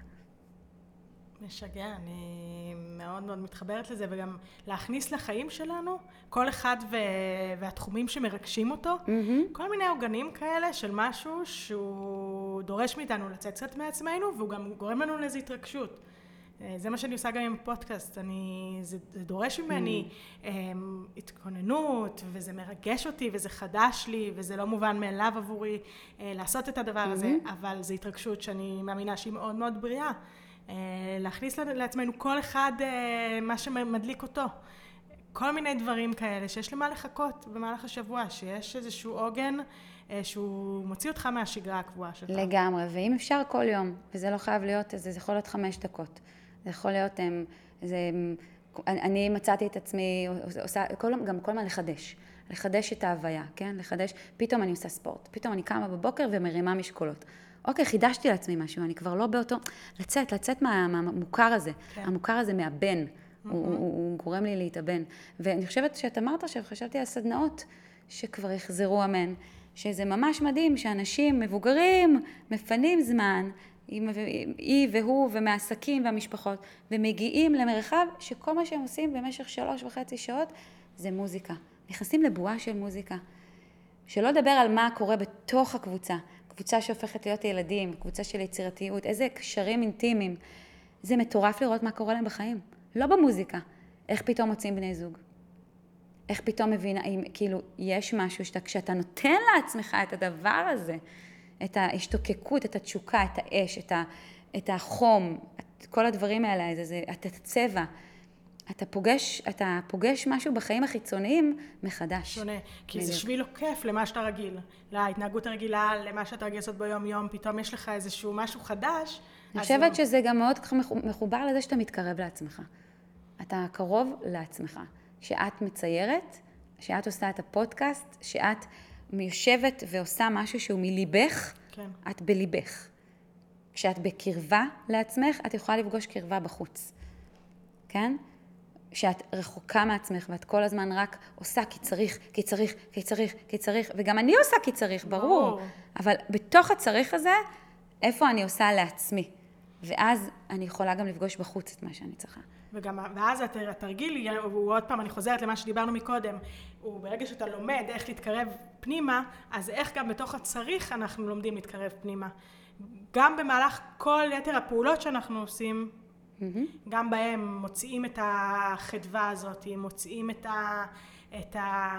משגע, אני מאוד מאוד מתחברת לזה, וגם להכניס לחיים שלנו, כל אחד ו... והתחומים שמרגשים אותו, mm-hmm. כל מיני עוגנים כאלה של משהו שהוא דורש מאיתנו לצאת קצת מעצמנו, והוא גם גורם לנו לאיזו התרגשות. זה מה שאני עושה גם עם הפודקאסט, אני, זה, זה דורש ממני mm. um, התכוננות, וזה מרגש אותי, וזה חדש לי, וזה לא מובן מאליו עבורי uh, לעשות את הדבר mm-hmm. הזה, אבל זו התרגשות שאני מאמינה שהיא מאוד מאוד בריאה. Uh, להכניס לעצמנו כל אחד uh, מה שמדליק אותו. כל מיני דברים כאלה שיש למה לחכות במהלך השבוע, שיש איזשהו עוגן uh, שהוא מוציא אותך מהשגרה הקבועה שלך. לגמרי, ואם אפשר כל יום, וזה לא חייב להיות, זה יכול להיות חמש דקות. זה יכול להיות, זה, אני מצאתי את עצמי, עושה, כל, גם כל מה לחדש, לחדש את ההוויה, כן? לחדש, פתאום אני עושה ספורט, פתאום אני קמה בבוקר ומרימה משקולות. אוקיי, חידשתי לעצמי משהו, אני כבר לא באותו, לצאת, לצאת מה, מהמוכר הזה, כן. המוכר הזה מהבן, mm-hmm. הוא, הוא, הוא גורם לי להתאבן. ואני חושבת שאת אמרת שחשבתי על סדנאות שכבר יחזרו אמן, שזה ממש מדהים שאנשים מבוגרים מפנים זמן, היא והוא ומעסקים והמשפחות, ומגיעים למרחב שכל מה שהם עושים במשך שלוש וחצי שעות זה מוזיקה. נכנסים לבועה של מוזיקה. שלא לדבר על מה קורה בתוך הקבוצה. קבוצה שהופכת להיות ילדים, קבוצה של יצירתיות, איזה קשרים אינטימיים. זה מטורף לראות מה קורה להם בחיים. לא במוזיקה. איך פתאום מוצאים בני זוג. איך פתאום מבינה, כאילו, יש משהו שאתה, כשאתה נותן לעצמך את הדבר הזה, את ההשתוקקות, את התשוקה, את האש, את, ה, את החום, את כל הדברים האלה, זה, את הצבע. אתה פוגש, אתה פוגש משהו בחיים החיצוניים מחדש. שונה, כי בדיוק. זה שביל עוקף למה שאתה רגיל, להתנהגות הרגילה, למה שאתה רגיל לעשות ביום יום, פתאום יש לך איזשהו משהו חדש. אני חושבת הוא... שזה גם מאוד מחובר לזה שאתה מתקרב לעצמך. אתה קרוב לעצמך. שאת מציירת, שאת עושה את הפודקאסט, שאת מיושבת ועושה משהו שהוא מליבך, כן. את בליבך. כשאת בקרבה לעצמך, את יכולה לפגוש קרבה בחוץ. כן? שאת רחוקה מעצמך, ואת כל הזמן רק עושה כי צריך, כי צריך, כי צריך, כי צריך, וגם אני עושה כי צריך, ברור. ברור. אבל בתוך הצריך הזה, איפה אני עושה לעצמי? ואז אני יכולה גם לפגוש בחוץ את מה שאני צריכה. וגם, ואז התרגיל, הוא עוד פעם, אני חוזרת למה שדיברנו מקודם, הוא ברגע שאתה לומד איך להתקרב פנימה, אז איך גם בתוך הצריך אנחנו לומדים להתקרב פנימה. גם במהלך כל יתר הפעולות שאנחנו עושים, mm-hmm. גם בהם מוציאים את החדווה הזאת, מוציאים את, ה, את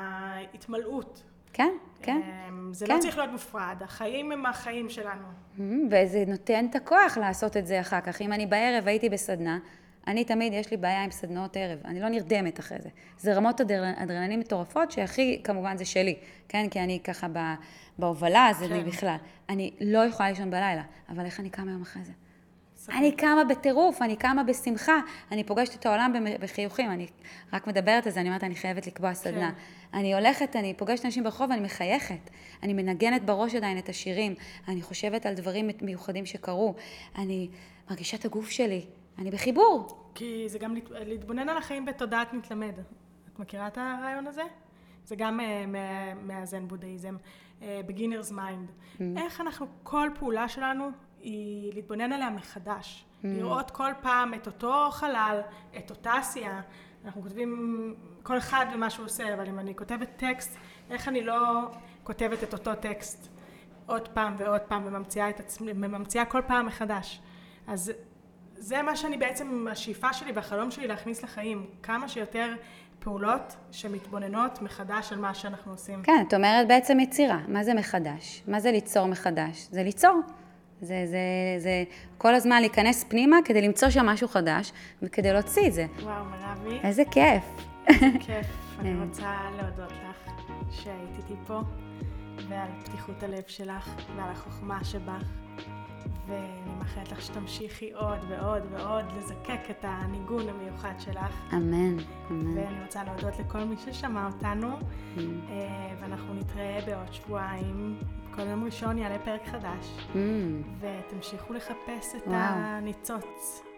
ההתמלאות. כן, כן. זה כן. לא צריך להיות מופרד, החיים הם החיים שלנו. Mm-hmm. וזה נותן את הכוח לעשות את זה אחר כך. אם אני בערב הייתי בסדנה, אני תמיד, יש לי בעיה עם סדנאות ערב, אני לא נרדמת אחרי זה. זה רמות אדרנלין מטורפות, שהכי, כמובן, זה שלי, כן? כי אני ככה בהובלה, זה לי בכלל. אני לא יכולה לישון בלילה, אבל איך אני קמה יום אחרי זה? אני קמה בטירוף, אני קמה בשמחה, אני פוגשת את העולם בחיוכים, אני רק מדברת על זה, אני אומרת, אני חייבת לקבוע סדנה. אני הולכת, אני פוגשת אנשים ברחוב, אני מחייכת, אני מנגנת בראש עדיין את השירים, אני חושבת על דברים מיוחדים שקרו, אני מרגישה את הגוף שלי, אני בחיבור. כי זה גם להתבונן על החיים בתודעת מתלמד. את מכירה את הרעיון הזה? זה גם מהזן בודהיזם. beginner's mind. איך אנחנו, כל פעולה שלנו היא להתבונן עליה מחדש. לראות כל פעם את אותו חלל, את אותה עשייה. אנחנו כותבים כל אחד ומה שהוא עושה, אבל אם אני כותבת טקסט, איך אני לא כותבת את אותו טקסט עוד פעם ועוד פעם וממציאה את עצמי, וממציאה כל פעם מחדש. אז זה מה שאני בעצם, השאיפה שלי והחלום שלי להכניס לחיים, כמה שיותר פעולות שמתבוננות מחדש על מה שאנחנו עושים. כן, את אומרת בעצם יצירה. מה זה מחדש? מה זה ליצור מחדש? זה ליצור. זה, זה, זה כל הזמן להיכנס פנימה כדי למצוא שם משהו חדש וכדי להוציא את זה. וואו, מרבי. איזה כיף. איזה כיף. אני רוצה להודות לך שהיית איתי פה, ועל פתיחות הלב שלך ועל החוכמה שבך. ואני מאחלת לך שתמשיכי עוד ועוד ועוד לזקק את הניגון המיוחד שלך. אמן, אמן. ואני רוצה להודות לכל מי ששמע אותנו, ואנחנו נתראה בעוד שבועיים. כל יום ראשון יעלה פרק חדש, ותמשיכו לחפש את הניצוץ.